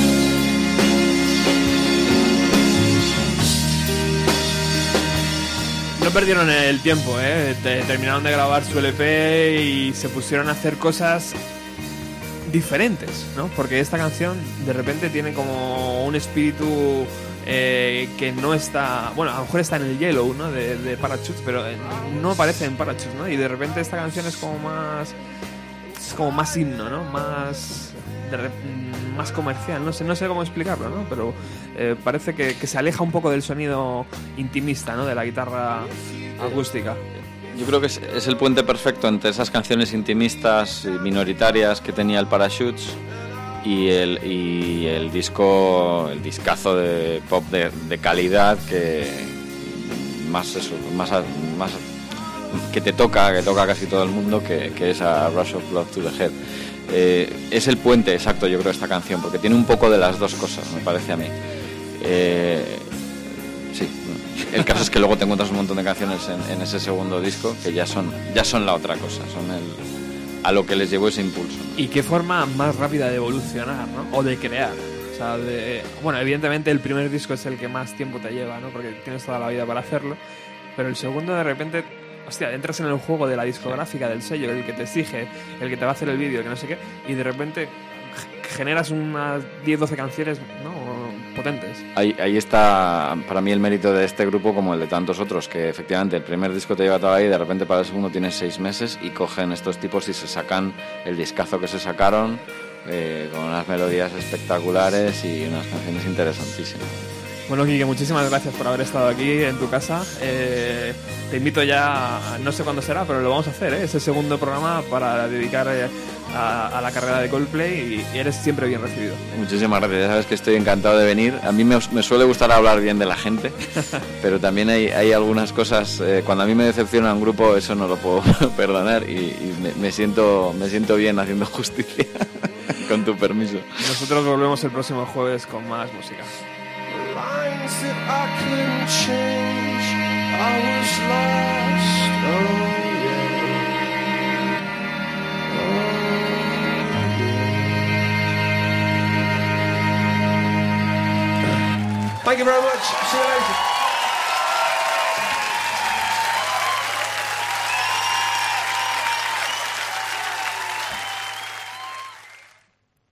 No perdieron el tiempo, ¿eh? Te- terminaron de grabar su L P y se pusieron a hacer cosas diferentes, ¿no? Porque esta canción de repente tiene como un espíritu eh, que no está... Bueno, a lo mejor está en el Yellow, ¿no? De, de Parachutes, pero eh, no aparece en Parachutes, ¿no? Y de repente esta canción es como más... Es como más himno, ¿no? Más... de re- más comercial, no sé, no sé cómo explicarlo, ¿no? Pero eh, parece que, que se aleja un poco del sonido intimista, ¿no? De la guitarra acústica. Yo creo que es, es el puente perfecto entre esas canciones intimistas y minoritarias que tenía el Parachutes y el, y el disco, el discazo de pop de, de calidad que más eso, más, más que te toca, que toca a casi todo el mundo, que, que es a Rush of Blood to the Head. Eh, es el puente exacto, yo creo, esta canción, porque tiene un poco de las dos cosas, me parece a mí. Eh, sí, el caso es que luego te encuentras un montón de canciones en, en ese segundo disco que ya son, ya son la otra cosa, son el, a lo que les llevó ese impulso, ¿no? Y qué forma más rápida de evolucionar, ¿no? O de crear. O sea, de... Bueno, evidentemente el primer disco es el que más tiempo te lleva, ¿no? Porque tienes toda la vida para hacerlo. Pero el segundo, de repente, hostia, entras en el juego de la discográfica, del sello, el que te exige, el que te va a hacer el vídeo, que no sé qué, y de repente generas unas diez doce canciones, ¿no?, potentes. Ahí, ahí está para mí el mérito de este grupo, como el de tantos otros, que efectivamente el primer disco te lleva toda ahí y de repente para el segundo tienes seis meses y cogen estos tipos y se sacan el discazo que se sacaron eh, con unas melodías espectaculares y unas canciones interesantísimas. Bueno, Quique, muchísimas gracias por haber estado aquí en tu casa. Eh, te invito ya, no sé cuándo será, pero lo vamos a hacer, ¿eh? Ese segundo programa para dedicar eh, a, a la carrera de Coldplay y, y eres siempre bien recibido. Muchísimas gracias, ya sabes que estoy encantado de venir. A mí me, me suele gustar hablar bien de la gente, pero también hay, hay algunas cosas, eh, cuando a mí me decepciona un grupo, eso no lo puedo perdonar y, y me, me, siento, me siento bien haciendo justicia, con tu permiso. Nosotros volvemos el próximo jueves con más música. Lines that I couldn't change. I was lost. Oh yeah. Oh yeah. Thank you very much. See you later.